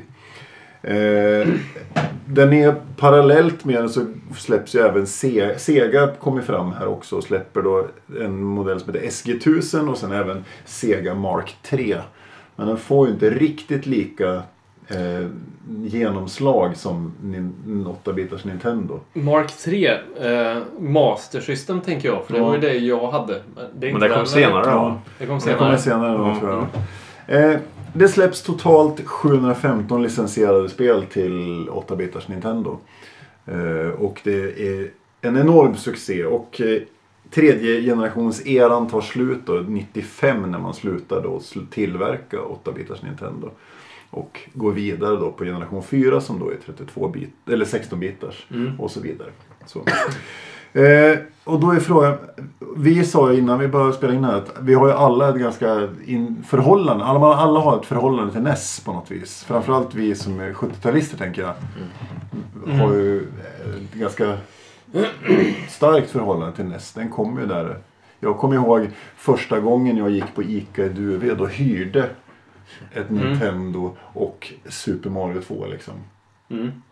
Den är parallellt med den så släpps ju även Sega kommer fram här också och släpper då en modell som heter SG1000 och sen även Sega Mark 3. Men den får ju inte riktigt lika genomslag som 8-bitars Nintendo. Mark 3 Master System tänker jag, för det var ju det jag hade. Men det kom senare då. Det kom senare då, tror jag. Det släpps totalt 715 licensierade spel till 8-bitars Nintendo. Och det är en enorm succé. Och tredje generations eran tar slut då, 95 när man slutar då tillverka 8-bitars Nintendo. Och går vidare då på generation 4 som då är 32-bit eller 16-bitars och så vidare. Så. Och då är frågan, vi sa ju innan vi började spela in här att vi har ju alla ett ganska förhållande, alla har ett förhållande till NES på något vis. Framförallt vi som är 70-talister tänker jag har ju ett ganska starkt förhållande till NES. Den kom ju där. Jag kommer ihåg första gången jag gick på Ica i Duved och hyrde ett Nintendo och Super Mario 2 liksom.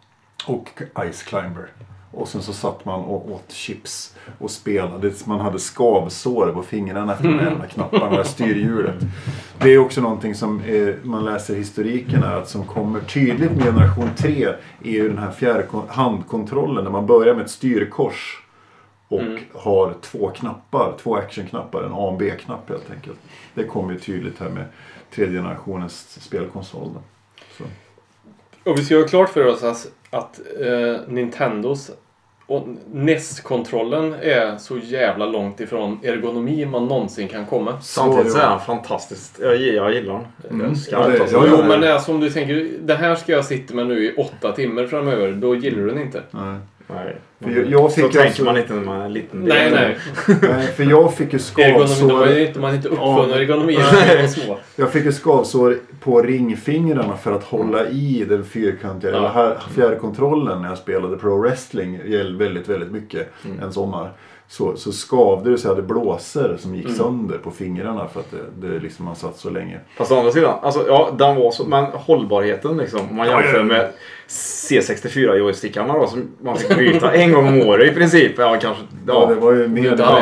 och Ice Climber. Och sen så satt man och åt chips och spelade. Man hade skavsår på fingrarna efter de här knapparna och styrhjulet. Det är också någonting som man läser historiken här, att som kommer tydligt med generation 3 är ju den här handkontrollen när man börjar med ett styrkors och har två actionknappar, en A och B-knapp helt enkelt. Det kommer ju tydligt här med tredje generationens spelkonsol. Så. Och vi ska ha klart för oss att Nintendos och NES-kontrollen är så jävla långt ifrån ergonomi man någonsin kan komma. Samtidigt så är han fantastiskt. Jag gillar den. Jo, men det är som du tänker, det här ska jag sitta med nu i 8 timmar framöver. Då gillar du den inte. Nej. Så tänker man inte när man är en liten del. Nej. För jag fick ju skavsår. Man inte uppfunnit ergonomi. Jag fick ju skavsår på ringfingrarna för att hålla i den fyrkantiga eller fjärrkontrollen när jag spelade pro wrestling väldigt, väldigt mycket en sommar. Så skavde det så jag hade blåser som gick sönder på fingrarna för att det liksom man satt så länge. Fast å andra sidan, alltså den var så, men hållbarheten liksom, om man jämför med C64 joystickarna då som man fick byta en gång om året i princip. Ja, det var ju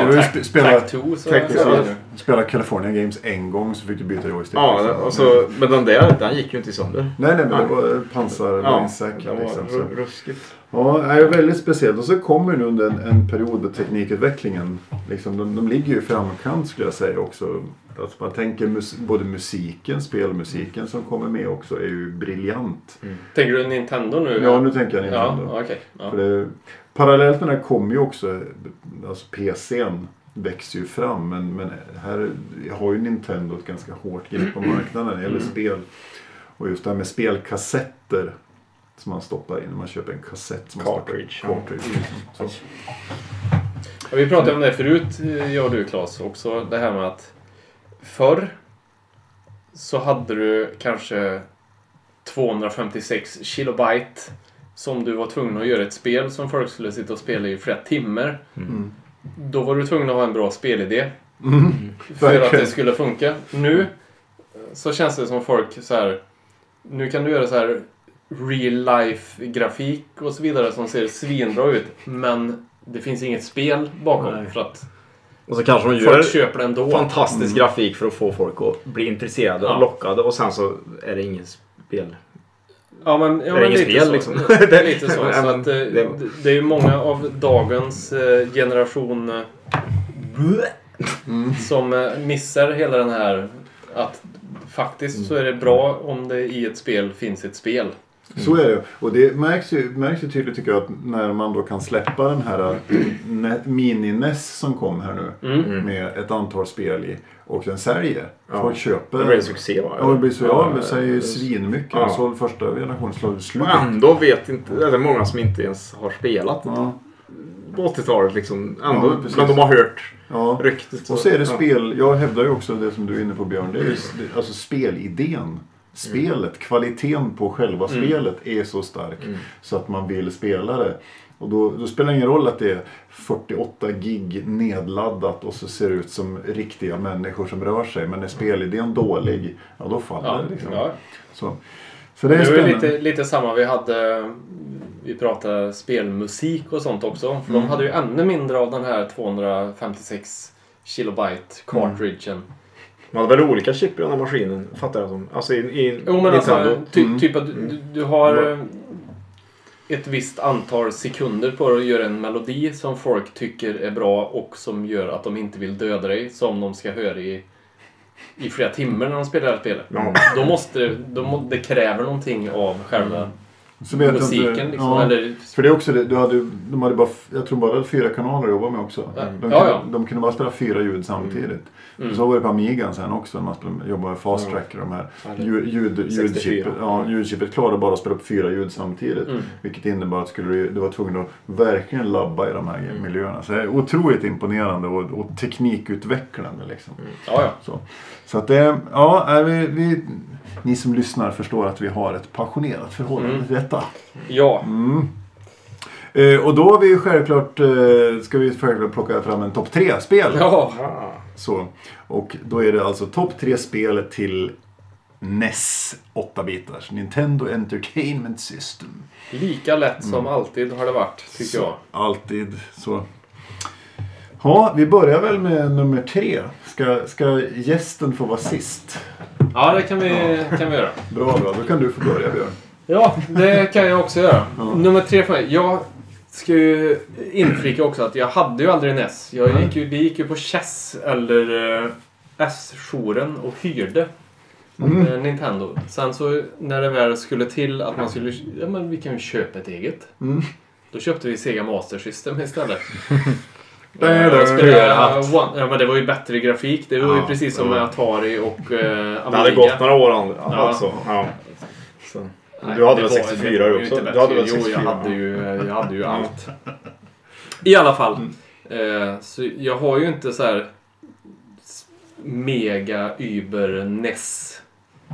mer spela California Games en gång så fick du byta joystick. Ja, men den gick ju inte sönder. Nej, men det var pansarsäck liksom. Ruskigt. Ja, det är väldigt speciellt. Och så kommer nu under en period av teknikutvecklingen. Liksom, de ligger ju i framkant skulle jag säga också. Alltså man tänker både musiken, spelmusiken som kommer med också är ju briljant. Tänker du Nintendo nu? Ja, nu tänker jag Nintendo. Ja, okay. Ja. För parallellt med det här kommer ju också, alltså PC:n växer ju fram. Men här har ju Nintendo ett ganska hårt grepp på marknaden när det gäller spel. Och just det här med spelkassetter som man stoppar in när man köper en kassett. Som cartridge. Så. Ja, vi pratade om det förut, jag och du Claes också. Det här med att förr så hade du kanske 256 kilobyte som du var tvungen att göra ett spel som folk skulle sitta och spela i flera timmar. Då var du tvungen att ha en bra spelidé för att det skulle funka. Nu så känns det som folk så här, nu kan du göra så här real life grafik och så vidare som ser svinbra ut, men det finns inget spel bakom för att och så kanske de gör köper den då. Fantastisk grafik för att få folk att bli intresserade och lockade och sen så är det ingen spel. Ja, men lite spel, så. Liksom. Det är lite så. Så att, det är ju många av dagens generation som missar hela den här att faktiskt så är det bra om det i ett spel finns ett spel. Så är det. Och det märks ju tydligt tycker jag att när man då kan släppa den här mini-NES som kom här nu med ett antal spel i och den säljer. Folk köper. Det blir en succé va? Ja, det blir så. Det säger ju svinmycket. Ja. Så första generationen slog slut. Och ändå vet inte, det är många som inte ens har spelat på 80-talet liksom. Ändå, men de har hört ryktet. Och så är det spel. Jag hävdar ju också det som du är inne på Björn. Det är alltså spelidén. Spelet, kvaliteten på själva spelet är så stark så att man vill spela det. Och då spelar det ingen roll att det är 48 gig nedladdat och så ser det ut som riktiga människor som rör sig. Men är spelidén dålig, då faller det liksom. Ja. Så det är spännande. Det är lite samma vi pratade spelmusik och sånt också. För de hade ju ännu mindre av den här 256 kilobyte cartridgen. Man hade väl olika chip i den här maskinen, fattar jag som. Alltså i men alltså, typ att du har ett visst antal sekunder på att göra en melodi som folk tycker är bra och som gör att de inte vill döda dig, som de ska höra i flera timmar när de spelar det här spelet. Det kräver någonting av själva musiken liksom, eller... För det är också det, de hade bara, jag tror bara 4 kanaler att jobba med också. De kunde bara spela 4 ljud samtidigt. Så var det på Amigan sen också när man jobbade med Fast Tracker, de här ljudchippet klarade bara att spela upp 4 ljud samtidigt, vilket innebar att du var tvungen att verkligen labba i de här miljöerna. Så det är otroligt imponerande och teknikutvecklande liksom. Så att det ni som lyssnar förstår att vi har ett passionerat förhållande till detta. Ja. Och då har vi självklart plocka fram en topp 3-spel. Ja. Så. Och då är det alltså topp 3 spel till NES 8-bitars. Nintendo Entertainment System. Lika lätt som alltid har det varit, tycker jag. Alltid så. Ja, vi börjar väl med nummer 3. Ska gästen få vara sist? Ja, det kan vi göra. Bra. Då kan du få börja, Björn. Ja, det kan jag också göra. Nummer 3 för mig. Jag ska ju inflika också att jag hade ju aldrig NES. Vi gick ju på Chess eller S-jouren och hyrde Nintendo. Sen så när det väl skulle till att man skulle... Ja, men vi kan ju köpa ett eget. Då köpte vi Sega Master System istället. Men det var ju bättre grafik. Det var ju precis som med Atari och Amiga. Det hade gått några år alltså. Ja. Så. Du hade väl 64 också? Du hade väl 64? Jag hade ju allt. I alla fall. Så jag har ju inte så här mega über NES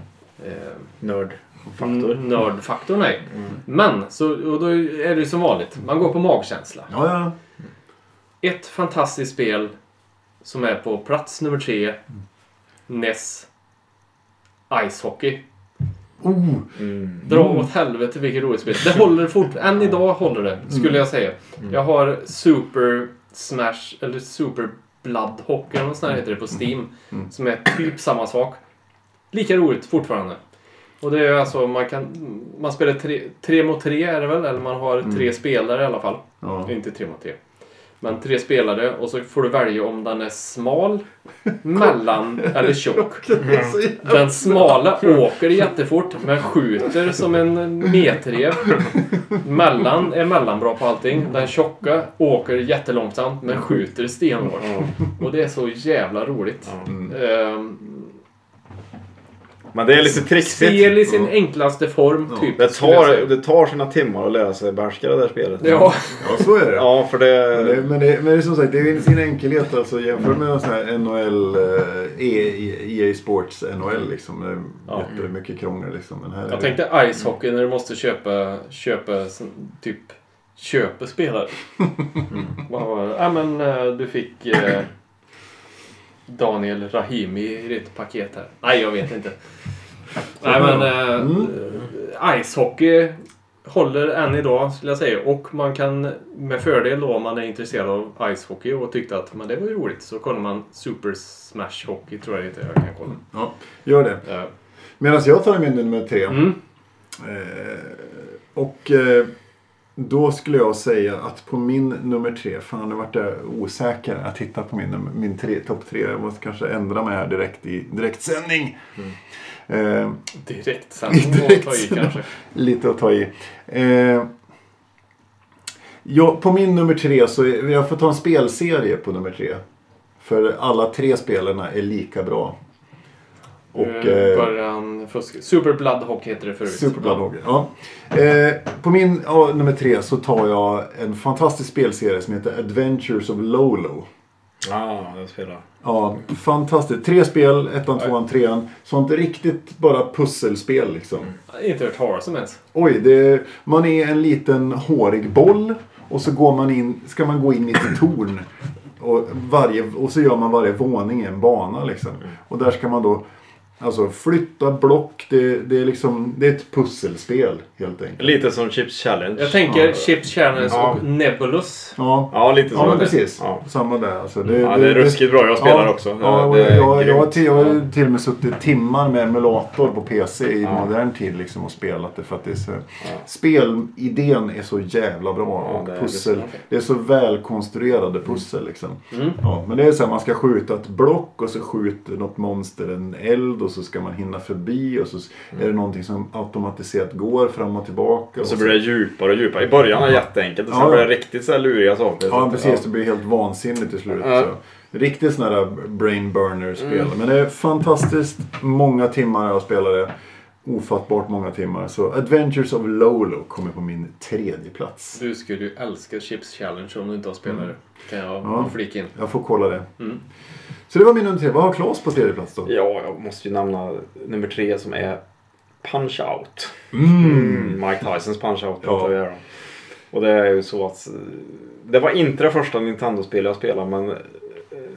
nördfaktor, nej. Men och då är det ju som vanligt. Man går på magkänsla. Ja. Ett fantastiskt spel som är på plats nummer 3. NES Ice Hockey. Dra åt helvete vilket roligt spel. Det håller fort. Än idag håller det, skulle jag säga. Jag har Super Smash eller Super Blood Hockey eller något sånt heter det på Steam. Som är typ samma sak. Lika roligt fortfarande. Och det är alltså man spelar 3 mot 3 är det väl? Eller man har 3 spelare i alla fall. Inte 3 mot 3. Men 3 spelare och så får du välja om den är smal, mellan eller tjock. Den smala åker jättefort men skjuter som en metrev. Mellan är mellanbra på allting. Den tjocka åker jättelångsamt men skjuter stenhårt. Och det är så jävla roligt. Men det är lite trixigt. Spel i sin enklaste form typ. Det tar sina timmar att lära sig behärska det där spelet. Ja, så är det. Ja, för det... Men det är som sagt, det är sin enkelhet alltså jämfört med en sån här NHL, EA Sports NHL liksom. Jättemycket krångel liksom. Men här jag tänkte Ice Hockey när du måste köpa spelare. Ja men du fick Daniel Rahimi i ditt paket här. Nej, jag vet inte. Nej, men Ice Hockey håller än idag skulle jag säga. Och man kan med fördel då om man är intresserad av Ice Hockey och tyckte att men det var ju roligt så kollar man Super Smash Hockey tror jag inte jag kan kolla. Ja, gör det. Medan jag tar min nummer 3. Då skulle jag säga att på min nummer 3, fan jag vart osäker att titta på min topp 3. Jag måste kanske ändra mig här direkt i direktsändning. Direktsändning att ta i kanske. Lite att ta i. På min nummer 3 så jag får ta en spelserie på nummer 3. För alla 3 spelarna är lika bra. Och, Super Blood Hockey heter det förut. Super Blood Hockey, ja. På min nummer 3 så tar jag en fantastisk spelserie som heter Adventures of Lolo. Den spelar. Ja, fantastiskt. 3 spel, 1, 2, 3. Sånt riktigt bara pusselspel liksom. Inte hört talas som ens. Oj, man är en liten hårig boll och så ska man gå in i ett torn. Och så gör man varje våning i en bana liksom. Och där ska man då alltså flytta block, det är ett pusselspel helt enkelt. Lite som Chips Challenge. Jag tänker Chips Challenge och Nebulous. Ja, lite så. Ja, men precis. Ja. Samma där. Alltså, det är ruskigt bra, jag spelar också. Jag har till och med suttit timmar med emulator på PC i modern tid liksom, och spelat det för att det är så... Spelidén är så jävla bra och pussel. Det är så välkonstruerade pussel liksom. Ja, men det är så här, man ska skjuta ett block och så skjuter något monster en eld och så ska man hinna förbi och så är det någonting som automatiserat går fram och tillbaka. Och så blir det djupare och djupare. I början är det jätteenkelt och sen blir det riktigt så här luriga saker. Ja, precis. Det blir helt vansinnigt till slut. Så. Riktigt sådana där brain burner-spel. Men det är fantastiskt många timmar jag spelade. Ofattbart många timmar. Så Adventures of Lolo kommer på min 3:e plats. Du skulle ju älska Chips Challenge om du inte har spelat det. Kan jag flika in. Jag får kolla det. Så det var min nummer 3. Vad har Claes på 3:e plats då? Ja, jag måste ju nämna nummer 3 som är Punch Out. Mike Tysons Punch Out pratar vi här om. Och det är ju så att det var inte det första Nintendo-spel jag spelade, men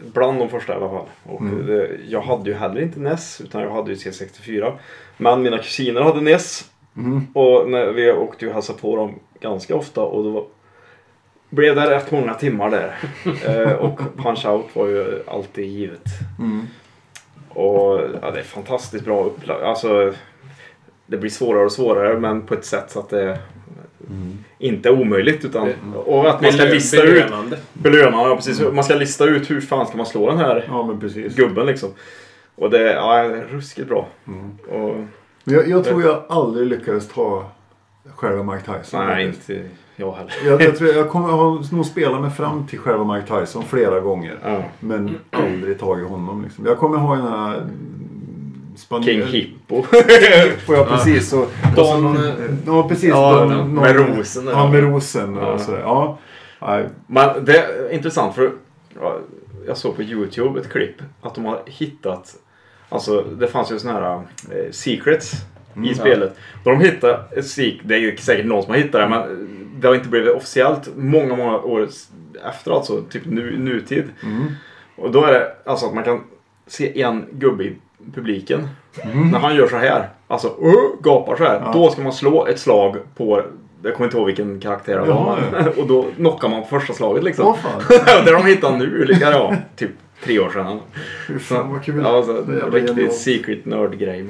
bland de första i alla fall. Och jag hade ju heller inte NES, utan jag hade ju C64. Men mina kusiner hade NES. Och när vi åkte ju hälsa på dem ganska ofta, och då blev det rätt många timmar där. Och Punch-Out var ju alltid givet. Och ja, det är fantastiskt bra upplagt. Alltså, det blir svårare och svårare, men på ett sätt så att det inte är omöjligt, utan och att man ska lista ut belönande, precis. Man ska lista ut hur fan ska man slå den här gubben liksom. Och det är ruskigt bra. Och jag tror jag aldrig lyckades ta själva Mike Tyson. Nej, inte jag heller. Jag tror jag kommer nog spela mig fram till själva Mike Tyson flera gånger. Men aldrig tagit honom liksom. Jag kommer ha den här King Hippo. Ja, precis. Och precis. Med rosen. Ja, med rosen. Och så, ja. Men det är intressant, för jag såg på YouTube ett klipp att de har hittat, alltså det fanns ju såna här secrets i spelet. Då de hittade det är ju säkert någon som har hittat det, men det har inte blivit officiellt många år efter, alltså typ nutid. Och då är det alltså att man kan se en gubbe i publiken när han gör så här, alltså gapar så här, då ska man slå ett slag på, jag kommer inte ihåg vilken karaktär det var, och då knockar man på första slaget liksom. Det de hittar nu, liksom, typ 3 år sedan. Fan vad kul. Alltså, riktigt secret nerd-grej.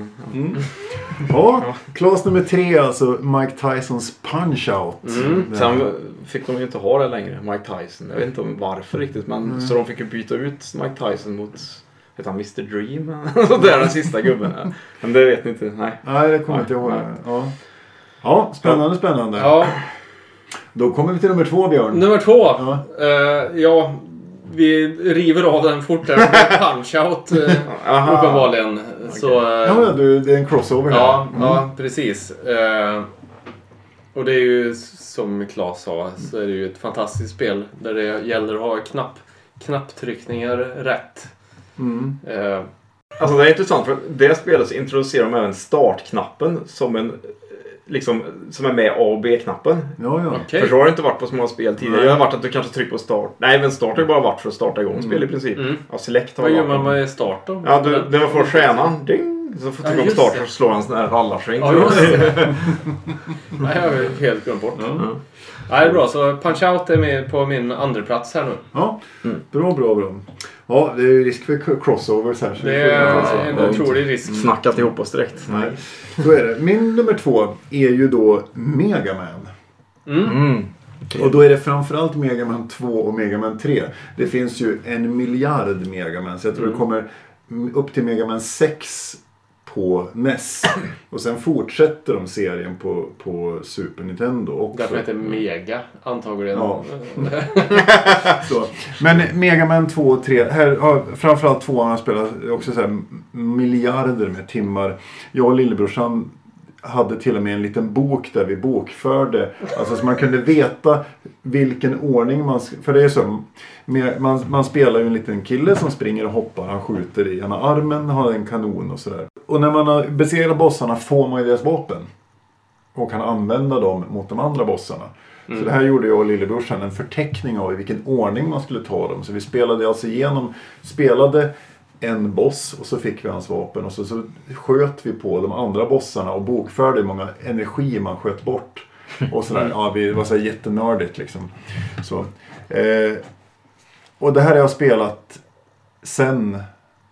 Klass nummer 3, alltså Mike Tysons Punch-Out. Sen fick de ju inte ha det längre, Mike Tyson. Jag vet inte om varför riktigt, men så de fick ju byta ut Mike Tyson mot heter han Mr. Dream. Så det är den sista gubben. Men det vet ni inte. Nej, det kommer inte ihåg. Ja, spännande. Ja. Då kommer vi till nummer 2, Björn. Nummer 2. Vi river av den fort där med Punch-Out uppenbarligen. Så, det är en crossover här. Ja, precis. Och det är ju, som Claes sa, så är det ju ett fantastiskt spel där det gäller att ha knapptryckningar rätt. Alltså det är intressant, för det spelet så introducerar de även startknappen som en liksom, som är med A och B-knappen. Okay. För så har det inte varit på så många spel tidigare. Det har varit att du kanske trycker på start. Nej, men start har ju bara varit för att starta igång spel i princip. Ja, select har vad gör man med start då? Ja, det var för stjärnan. Ding! Så får du trycka på start och slå en sån här rallarsving. Nej, jag har helt glömt bort. Nej, det är bra. Så Punch-Out är med på min andra plats här nu. Ja, bra. Ja, det är ju risk för crossovers här. Så det är en otrolig risk. Snackat ihop oss direkt. Nej, så är det. Min nummer 2 är ju då Mega Man. Och då är det framförallt Mega Man 2 och Mega Man 3. Det finns ju 1 miljard Mega Man. Så jag tror det kommer upp till Mega Man 6 på NES. Och sen fortsätter de serien på Super Nintendo också. Därför heter Mega antagligen. Ja. Så. Men Mega Man 2 och 3, här har framförallt 2 har spelat också så här miljarder med timmar. Jag och lillebrorsan hade till och med en liten bok där vi bokförde, alltså så man kunde veta vilken ordning man, för det är så man spelar ju en liten kille som springer och hoppar, han skjuter i ena armen, har en kanon och sådär. Och när man har besegrat bossarna får man ju deras vapen och kan använda dem mot de andra bossarna. Så det här gjorde jag och lillebrorsan en förteckning av i vilken ordning man skulle ta dem. Så vi spelade alltså spelade en boss och så fick vi hans vapen och så sköt vi på de andra bossarna och bokförde hur många energi man sköt bort och sådär. Ja, det var så jättenördigt liksom. Så, och det här har jag spelat sen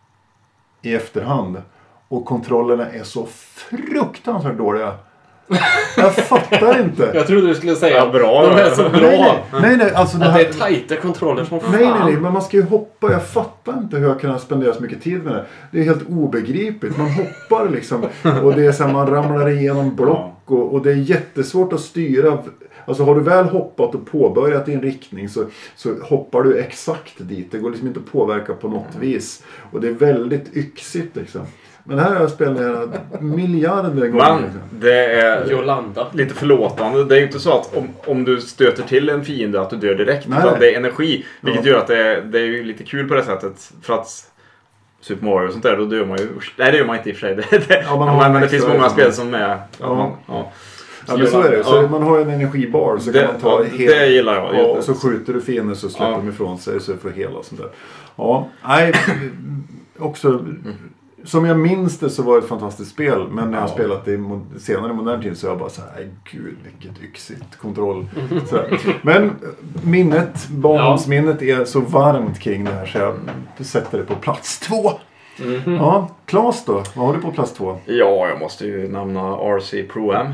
i efterhand och kontrollerna är så fruktansvärt dåliga. Jag fattar inte. Jag trodde du skulle säga bra. De är så bra. Nej, alltså det är tajta kontroller som fan. Nej, men man ska ju hoppa. Jag fattar inte hur jag kan spendera så mycket tid med det. Det är helt obegripligt. Man hoppar liksom och det är så här, man ramlar igenom block och det är jättesvårt att styra. Alltså har du väl hoppat och påbörjat i en riktning så hoppar du exakt dit. Det går liksom inte att påverka på något vis. Och det är väldigt yxigt liksom. Men här har jag spelat miljarder gånger. Men det är Jolanda lite förlåtande. Det är ju inte så att om du stöter till en fiende att du dör direkt. Nej. Utan det är energi. Vilket gör att det är ju lite kul på det sättet. För att Super Mario och sånt där, då dör man ju. Nej, det gör man inte i och för sig. Men det finns många spel som är... Ja, men så är det. Så man har en energibar så kan man ta det gillar jag. Ja, och så skjuter du fiender så släpper de ifrån sig så får hela och sånt där. Ja, nej, också som jag minns det så var det ett fantastiskt spel, men när jag spelat det senare i modern tid så är jag bara så här, gud vilket yxigt kontroll. Men barndomsminnet är så varmt kring det här så jag sätter det på plats 2. Ja, Claes då? Vad har du på plats 2? Ja, jag måste ju nämna RC Pro-Am.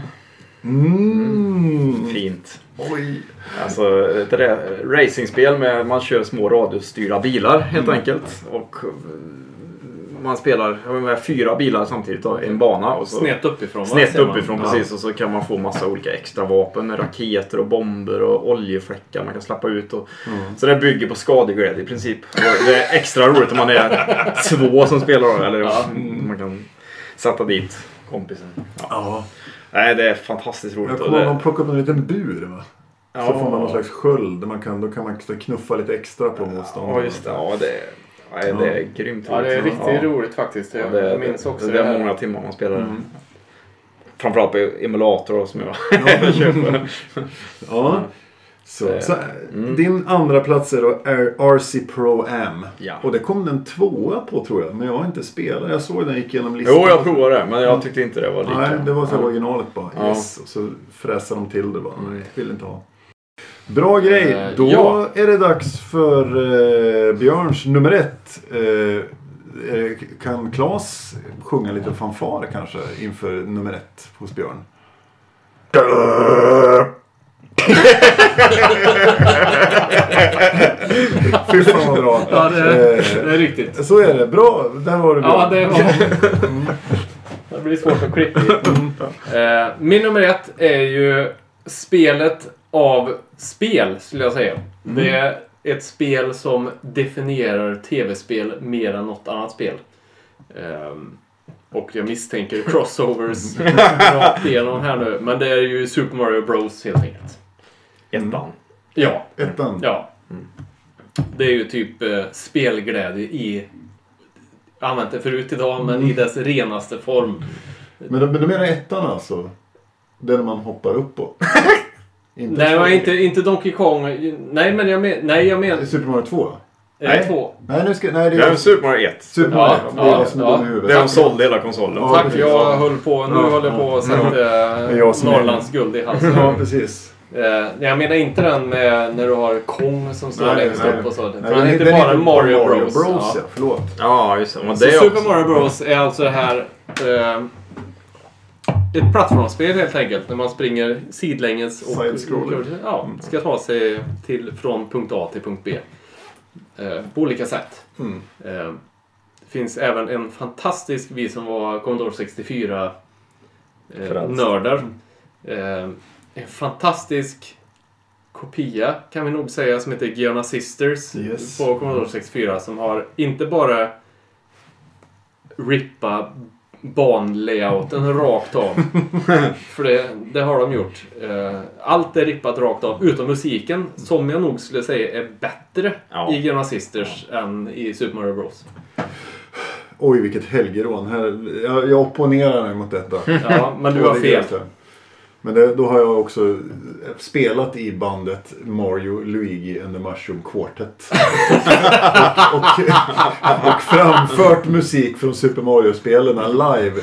Fint. Oj. Alltså ett racingspel med man kör små radiostyrda bilar helt enkelt. Och man spelar med 4 bilar samtidigt då, i en bana. Och så snett uppifrån. Precis. Och så kan man få massa olika extra vapen, raketer och bomber och oljefläckar man kan släppa ut. Och, så det bygger på skadeglädje i princip. Och det är extra roligt om man är 2 som spelar. Eller man kan sätta dit kompisen. Ja. Nej, det är fantastiskt roligt. Jag kommer att man plockar upp en liten bur, va? Så får man någon slags sköld. Då kan man knuffa lite extra på motståndaren. Ja, just det. Ja, det är grymt roligt. Ja, det är riktigt roligt faktiskt. Jag minns också det är många timmar man spelar. Framförallt på emulator som jag köper. Ja. Så din andra plats är då RC Pro-Am. Ja. Och det kom den 2 på tror jag. Men jag har inte spelat. Jag såg den gick igenom listan. Jo, jag provade det. Men jag tyckte inte det var lika. Nej, det var så originalet bara. Yes. Och så fräsade de till det bara. Nej, vill inte ha. Bra grej. Då är det dags för Björns nummer 1. Kan Claes sjunga lite fanfare kanske inför nummer 1 hos Björn? Fy fan vad bra. Ja, det är riktigt. Så är det. Bra. Där var du Björn. Ja, det var det blir svårt att klippa. Min nummer 1 är ju spelet av spel, skulle jag säga. Det är ett spel som definierar tv-spel mer än något annat spel. Och jag misstänker crossovers rakt igenom här nu. Men det är ju Super Mario Bros helt enkelt. Ettan. Ja. Ettan. Ja. Det är ju typ spelglädje i... Jag har använt det förut idag, men i dess renaste form. Men du menar ettan alltså? Den man hoppar upp på? Nej, inte Donkey Kong. Nej, men jag menar... Super Mario 2? Nej, 2. Nej, det är Super Mario 1. Super Mario 1. Det är vad som är dum i huvudet. Det är de sålde hela konsolen. Ja, tack, precis. jag höll på. Nu håller jag på att sätta Norrlands guld i halsen. Ja, precis. Jag menar inte den med när du har Kong som står längst upp och så. Nej, den heter bara Mario Bros. Ja, förlåt. Ja, just det. Så Super Mario Bros är alltså det här... ett plattformsspel helt enkelt. När man springer sidlänges och ska ta sig från punkt A till punkt B. På olika sätt. Det finns även en fantastisk, vi som var Commodore 64 nördar. En fantastisk kopia kan vi nog säga som heter Giana Sisters på Commodore 64 som har inte bara rippa banlayouten rakt av. För det har de gjort. Allt är rippat rakt av utom musiken som jag nog skulle säga är bättre i Giana Sisters än i Super Mario Bros. Oj, vilket helgerån. Jag opponerar mig mot detta. Ja, men du har fel. Men då har jag också spelat i bandet Mario, Luigi and the Mushroom Quartet. och framfört musik från Super Mario-spelarna live.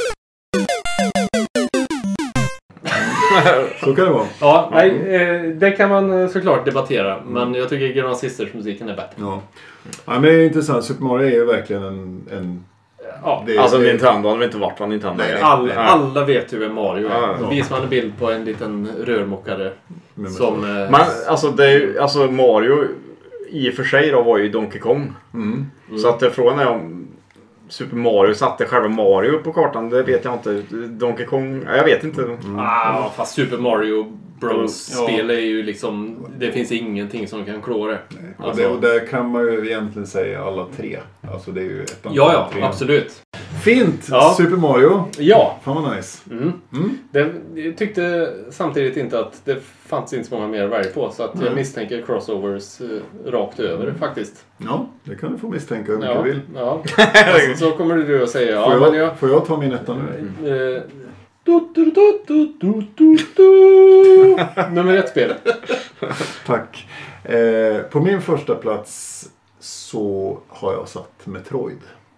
Så kan det vara. Ja, nej, det kan man såklart debattera. Men jag tycker Giana Sisters-musiken är bättre. Ja, men det är intressant. Super Mario är ju verkligen en Nintendo hade inte varit vad Nintendo är. Alla vet ju vem Mario är. Då visar man en bild på en liten rörmokare som... Men alltså Mario i och för sig då var ju Donkey Kong. Så att frågan är om Super Mario satte själva Mario på kartan, det vet jag inte. Donkey Kong, jag vet inte. Fast Super Mario Bros-spel är ju liksom... Det finns ingenting som kan klå det. Alltså. Och där kan man ju egentligen säga alla tre. Alltså det är ju ett Ja, absolut. Fint! Ja. Super Mario. Ja. Fan vad nice. Jag tyckte samtidigt inte att det fanns inte så många mer värde på. Så att jag misstänker crossovers rakt över faktiskt. Ja, det kan du få misstänka hur mycket du vill. Ja. Så kommer du att säga... Får jag ta min etta nu? Nummer 1 spel. Tack. På min första plats så har jag satt Metroid.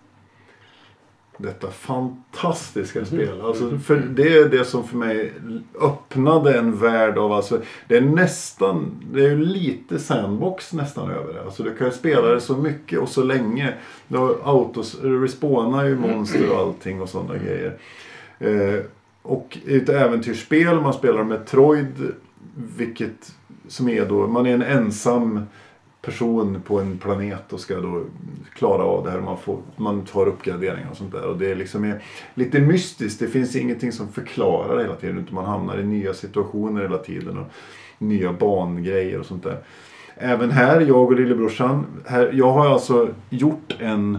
Detta fantastiska spel. Alltså, för det är det som för mig öppnade en värld av... Alltså, det är ju lite sandbox nästan över det. Alltså, du kan ju spela det så mycket och så länge. Autos respawnar ju monster och allting och sådana grejer. Och ett äventyrsspel, man spelar Metroid, vilket som är då, man är en ensam person på en planet och ska då klara av det här. Man tar uppgraderingar och sånt där. Och det är lite mystiskt. Det finns ingenting som förklarar hela tiden. Utan man hamnar i nya situationer hela tiden. Och nya bangrejer och sånt där. Även här, jag och lillebrorsan. Jag har alltså gjort en...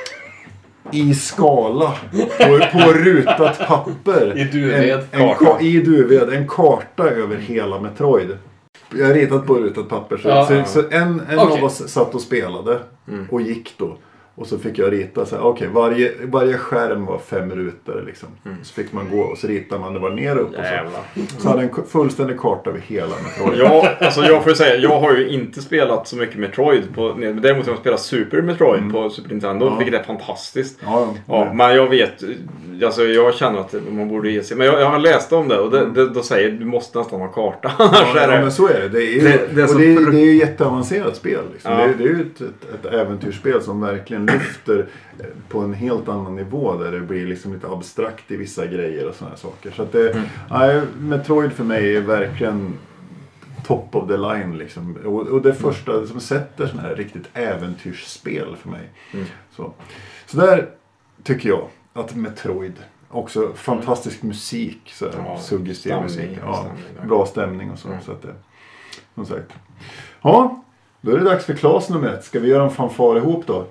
I skala. På rutat papper. I duved. I duved. En karta över hela Metroid. Jag har ritat på rutat papper. Så en av oss satt och spelade. Och gick då. Och så fick jag rita så här, okej, varje skärm var 5 rutor liksom. Så fick man gå och så ritade man, det var ner och upp och så. Så hade en fullständig karta över hela Metroid. Ja, alltså jag får säga, jag har ju inte spelat så mycket Metroid men däremot har jag spelat Super Metroid på Super Nintendo, vilket är fantastiskt. Ja, men jag vet, alltså jag känner att man borde ge sig, men jag har läst om det och då säger du måste nästan ha karta. Ja, men så är det. Det är ju jätteavancerat spel liksom. Det är ju ett äventyrsspel som verkligen lyfter på en helt annan nivå där det blir liksom lite abstrakt i vissa grejer och såna här saker. Så att Metroid för mig är verkligen top of the line liksom. Och det första som sätter sån här riktigt äventyrsspel för mig. Så där tycker jag att Metroid också fantastisk musik, så suggestiv musik. Bra stämning och så att det, som sagt. Ja, då är det dags för Klas nummer 1. Ska vi göra en fanfar ihop då?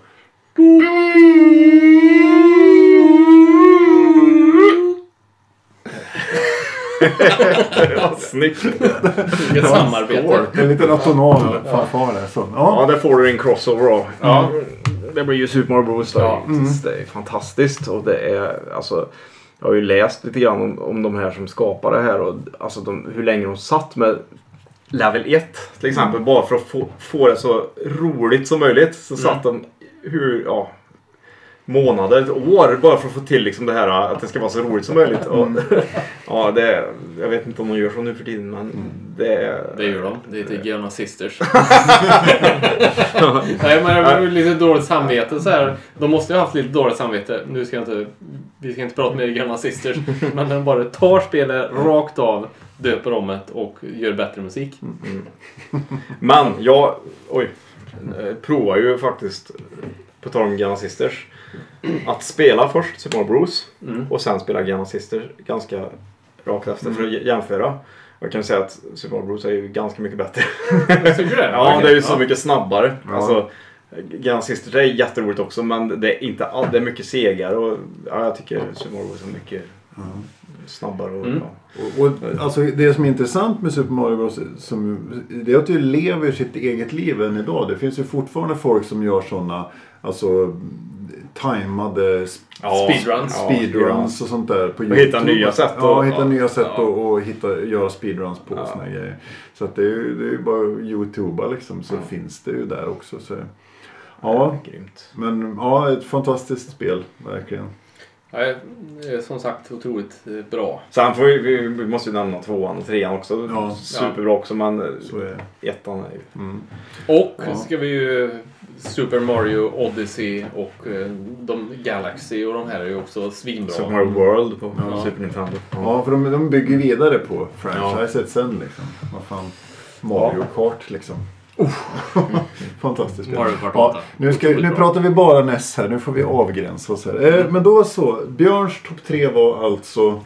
Ja, snyggt. Vilket samarbete. En liten atonal fanfar där. Så. Ja, där får du en crossover då. Ja, det blir ju Super Mario Bros. Det är fantastiskt och det är, alltså, jag har ju läst lite grann om de här som skapar det här och alltså hur länge de satt med level 1 till exempel, bara för att få det så roligt som möjligt, så satt de månader, ett år bara för att få till liksom det här att det ska vara så roligt som möjligt. Och, jag vet inte om de gör så nu för tiden, men det gör de. Det heter Giana Sisters. Nej, men jag har lite dåligt samvete så här. De måste ju ha haft lite dåligt samvete. Vi ska inte prata med Giana Sisters, men de bara tar spelet rakt av, döper om det och gör bättre musik. Men jag provar ju faktiskt, på tal om Giana Sisters, att spela först Super Mario Bros. Och sen spela Giana Sisters ganska rakt efter för att jämföra. Jag kan säga att Super Mario Bros är ju ganska mycket bättre. Tycker du det? Ja, det är ju så mycket snabbare. Alltså, Giana Sisters är jätteroligt också, men det är inte allt, det är mycket segare och jag tycker Super Mario Bros är mycket snabbare och alltså det som är intressant med Super Mario Bros. Det är att du lever sitt eget liv än idag. Det finns ju fortfarande folk som gör sådana, alltså timade speedruns och sånt där på YouTube. Och hitta nya sätt. Hitta nya sätt och göra speedruns på såna grejer. Så att det är ju bara YouTube liksom, så finns det ju där också. Så. Grymt. Men ett fantastiskt spel, verkligen. Som sagt, otroligt bra. Sen får vi måste ju nämna 2an och 3an också. Superbra också, men 1an är ju... Och ska vi ju Super Mario Odyssey och de Galaxy och de här är ju också svinbra. Super Mario World på Super Nintendo. Ja, för de bygger vidare på franchiset sen liksom. Vad fan, Mario Kart liksom. Fantastiskt. Nu pratar vi bara NES här. Nu får vi avgränsa oss här. Men då så. Björns topp 3 var alltså...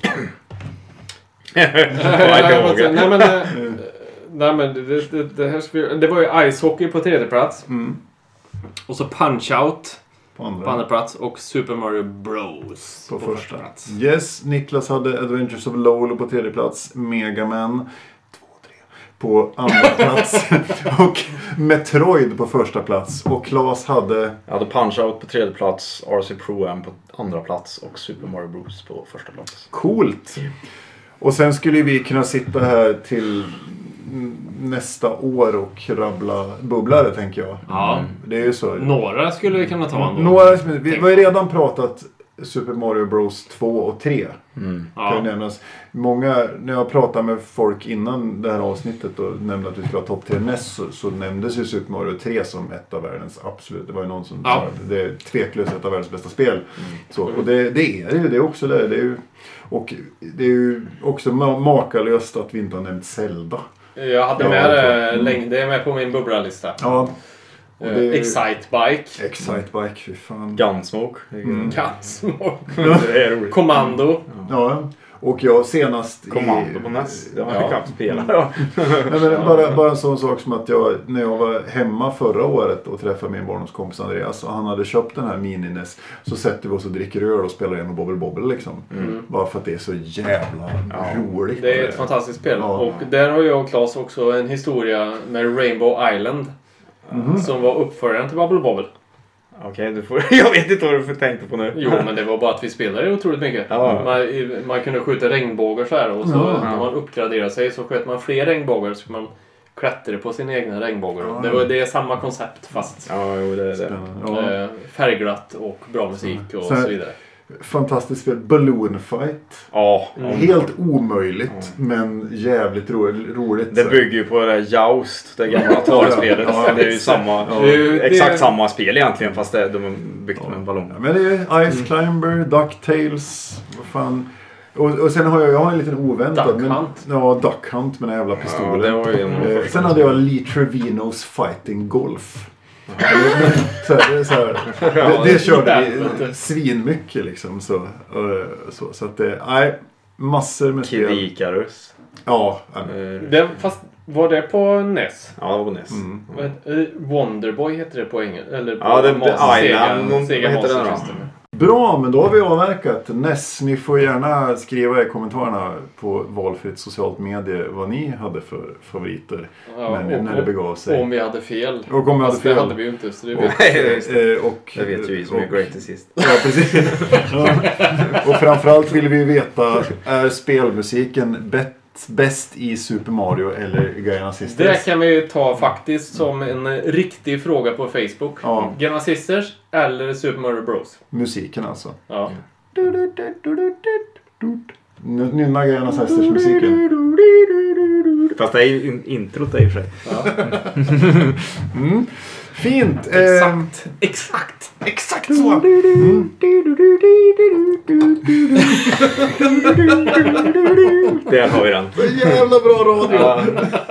det var ju Ice Hockey på 3:e plats. Och så Punch-Out på andra plats. Och Super Mario Bros på första plats. Yes, Niklas hade Adventures of Lolo på 3:e plats. Mega Man på andra plats. Och Metroid på första plats. Och Claes hade... Jag hade Punch-Out på tredje plats, RC Pro-Am på andra plats och Super Mario Bros på första plats. Coolt. Och sen skulle vi kunna sitta här till nästa år och rabbla bubblare, tänker jag. Ja. Det är ju så. Några skulle vi kunna ta ändå. Vi har ju redan pratat Super Mario Bros 2 och 3. Kan ju nämnas. Många, när jag pratade med folk innan det här avsnittet och nämnde att vi skulle ha topp 3 NES, så nämndes ju Super Mario 3 som ett av världens absolut. Det var ju någon som sa att det är tveklöst ett av världens bästa spel. Så, och det är ju det är också det. Det är ju, och det är ju också makalöst att vi inte har nämnt Zelda. Jag hade med det är med på min bubblarlista. Ja. Excitebike. Excitebike, fy fan. Gunsmoke. Gunsmoke. Det är roligt. Kommando. Ja. Och jag senast Kommando på NES. Det har jag knappt spelat. Nej, men bara en sån sak som att när jag var hemma förra året och träffade min barndomskompis Andreas och han hade köpt den här mini-NES, så sätter vi oss och dricker öl och spelar igenom Bobble Bobble liksom. Bara för att det är så jävla roligt. Det är ett fantastiskt spel. Och där har jag och Claes också en historia med Rainbow Island. Som var uppföljaren till Bubble Bobble. Okej, jag vet inte vad du tänkte på nu. Jo, men det var bara att vi spelade otroligt mycket. Ja. Man kunde skjuta regnbågar så här. Och så när man uppgraderade sig så sköt man fler regnbågar. Så man klättrade på sina egna regnbågar. Det är samma koncept fast färgglatt och bra musik och så vidare. Fantastiskt spel. Balloon Fight. Ja. Helt omöjligt, men jävligt roligt. Det bygger ju på det där Joust, det gamla Atari-spelet. Det är ju exakt samma spel egentligen, fast de är byggt med en ballong. Ja, men det är Ice Climber, DuckTales, vad fan. Och sen har jag en liten oväntad. Duck Hunt. Duck Hunt med den jävla pistolen. Ja, det var ju sen hade jag Lee Trevinos Fighting Golf. Det körde vi svinmycket liksom så att det massor med Kid Icarus. Ja. Fast var det på NES? Ja, det var på NES. Wonderboy heter det på engelska eller på Sega Master System. Bra, men då har vi avverkat NES. Ni får gärna skriva i kommentarerna på valfritt socialt medie vad ni hade för favoriter när det begav sig. Om vi hade fel. Och om vi hade fel. Det hade vi ju inte, så det vet det vet ju vi som är great sist. Ja, precis. Och framförallt vill vi veta, är spelmusiken bäst i Super Mario eller Giant Sisters? Det kan vi ta faktiskt som en riktig fråga på Facebook. Giant Sisters eller Super Mario Bros? Musiken alltså. Ja. Nynna Giant Sisters musiken. Fast det är ju introt i och för sig. Fint. Exakt så. Där har vi den. Jävla bra radio.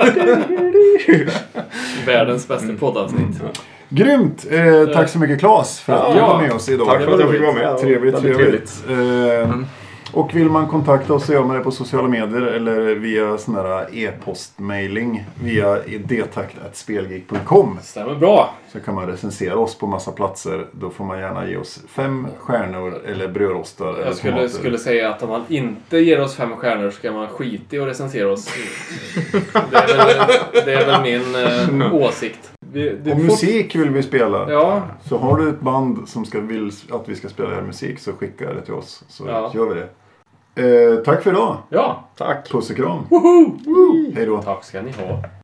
Världens bästa poddavsnitt. Grymt. Tack så mycket Claes för att du var med oss idag. Tack för att jag fick vara med. Trevligt. Och vill man kontakta oss så gör man det på sociala medier eller via sån här e-postmailing via detakt@spelgeek.com. Stämmer bra. Så kan man recensera oss på massa platser. Då får man gärna ge oss 5 stjärnor eller brödrostar. Jag skulle säga att om man inte ger oss 5 stjärnor så ska man skita i och recensera oss. Det är väl min åsikt. Och musik vill vi spela. Ja. Så har du ett band som vill att vi ska spela musik så skicka det till oss. Så gör vi det. Tack för idag. Ja, tack. Puss och kram. Woho! Hej då. Tack ska ni ha.